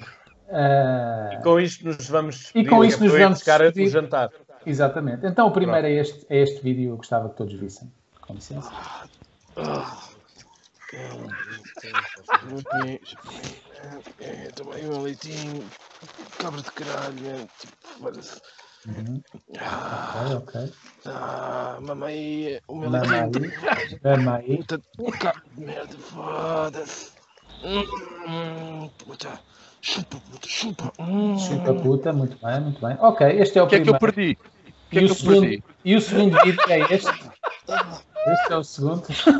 Uh, e com isto nos vamos despedir. E com isto nos vamos despedir. O jantar. Exatamente. Então o primeiro é este, é este vídeo, eu gostava que todos vissem. Com licença. Tomei um leitinho, cabra de caralho, tipo, foda-se. Uhum. Ok, ok. Ah, mamãe, o meu Mamãe. leitinho. Mamãe. Puta, cabra de merda, foda-se. Hum, puta. Chupa, puta, chupa. Hum. Chupa, puta, muito bem, muito bem. Ok, este é o, o que primeiro. É que eu perdi? O que e, é o que eu segundo, perdi? e o segundo vídeo é este. Este é o segundo.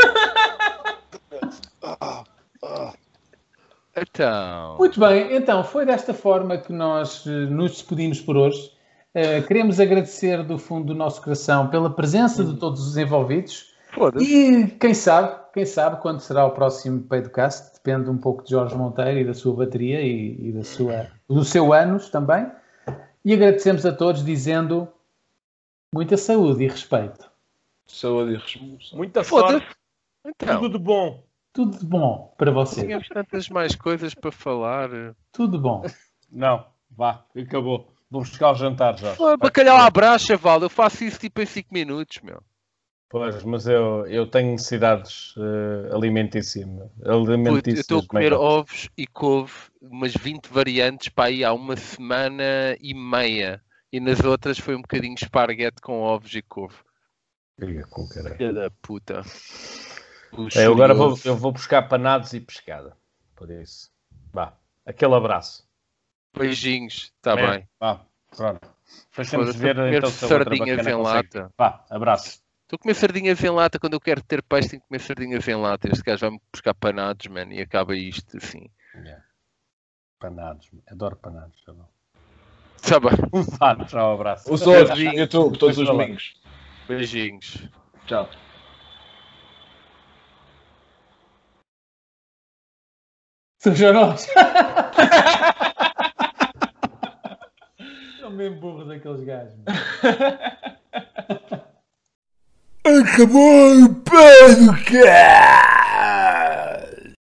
Então... Muito bem, então foi desta forma que nós uh, nos despedimos por hoje. Uh, queremos agradecer do fundo do nosso coração pela presença de todos os envolvidos. E quem sabe, quem sabe quando será o próximo Pedocast, depende um pouco de Jorge Monteiro e da sua bateria e, e da sua, do seu ânus também. E agradecemos a todos dizendo muita saúde e respeito. Saúde e respeito. Muita sorte. Então, tudo de bom. Tudo de bom para vocês. Tínhamos tantas mais coisas para falar. Tudo bom. Não, vá, acabou. Vou buscar o jantar já. Pô, bacalhau à bracha, Val. Eu faço isso tipo em cinco minutos, meu. Pois, mas eu, eu tenho necessidades uh, alimentíssimas. Puta, eu estou a comer ovos e couve, umas vinte variantes para aí há uma semana e meia. E nas outras foi um bocadinho esparguete com ovos e couve. Fica com caralho. Filha da puta. É, eu agora vou, eu vou buscar panados e pescada. Por isso. Vá. Aquele abraço. Beijinhos. Está é, bem. Vá. Pronto. Deixamos ver comer então sardinhas em lata. Vá. Abraço. Estou a comer sardinhas em lata. Quando eu quero ter peixe, tenho que comer sardinhas em lata. Este gajo vai-me buscar panados, man. E acaba isto assim. Yeah. Panados. Adoro panados. Está bem. Vá. Tchau. Abraço. Os outros no YouTube, todos os domingos. Beijinhos. Tchau. São Jornais. São mesmo burros aqueles gajos. Acabou o Pedocast!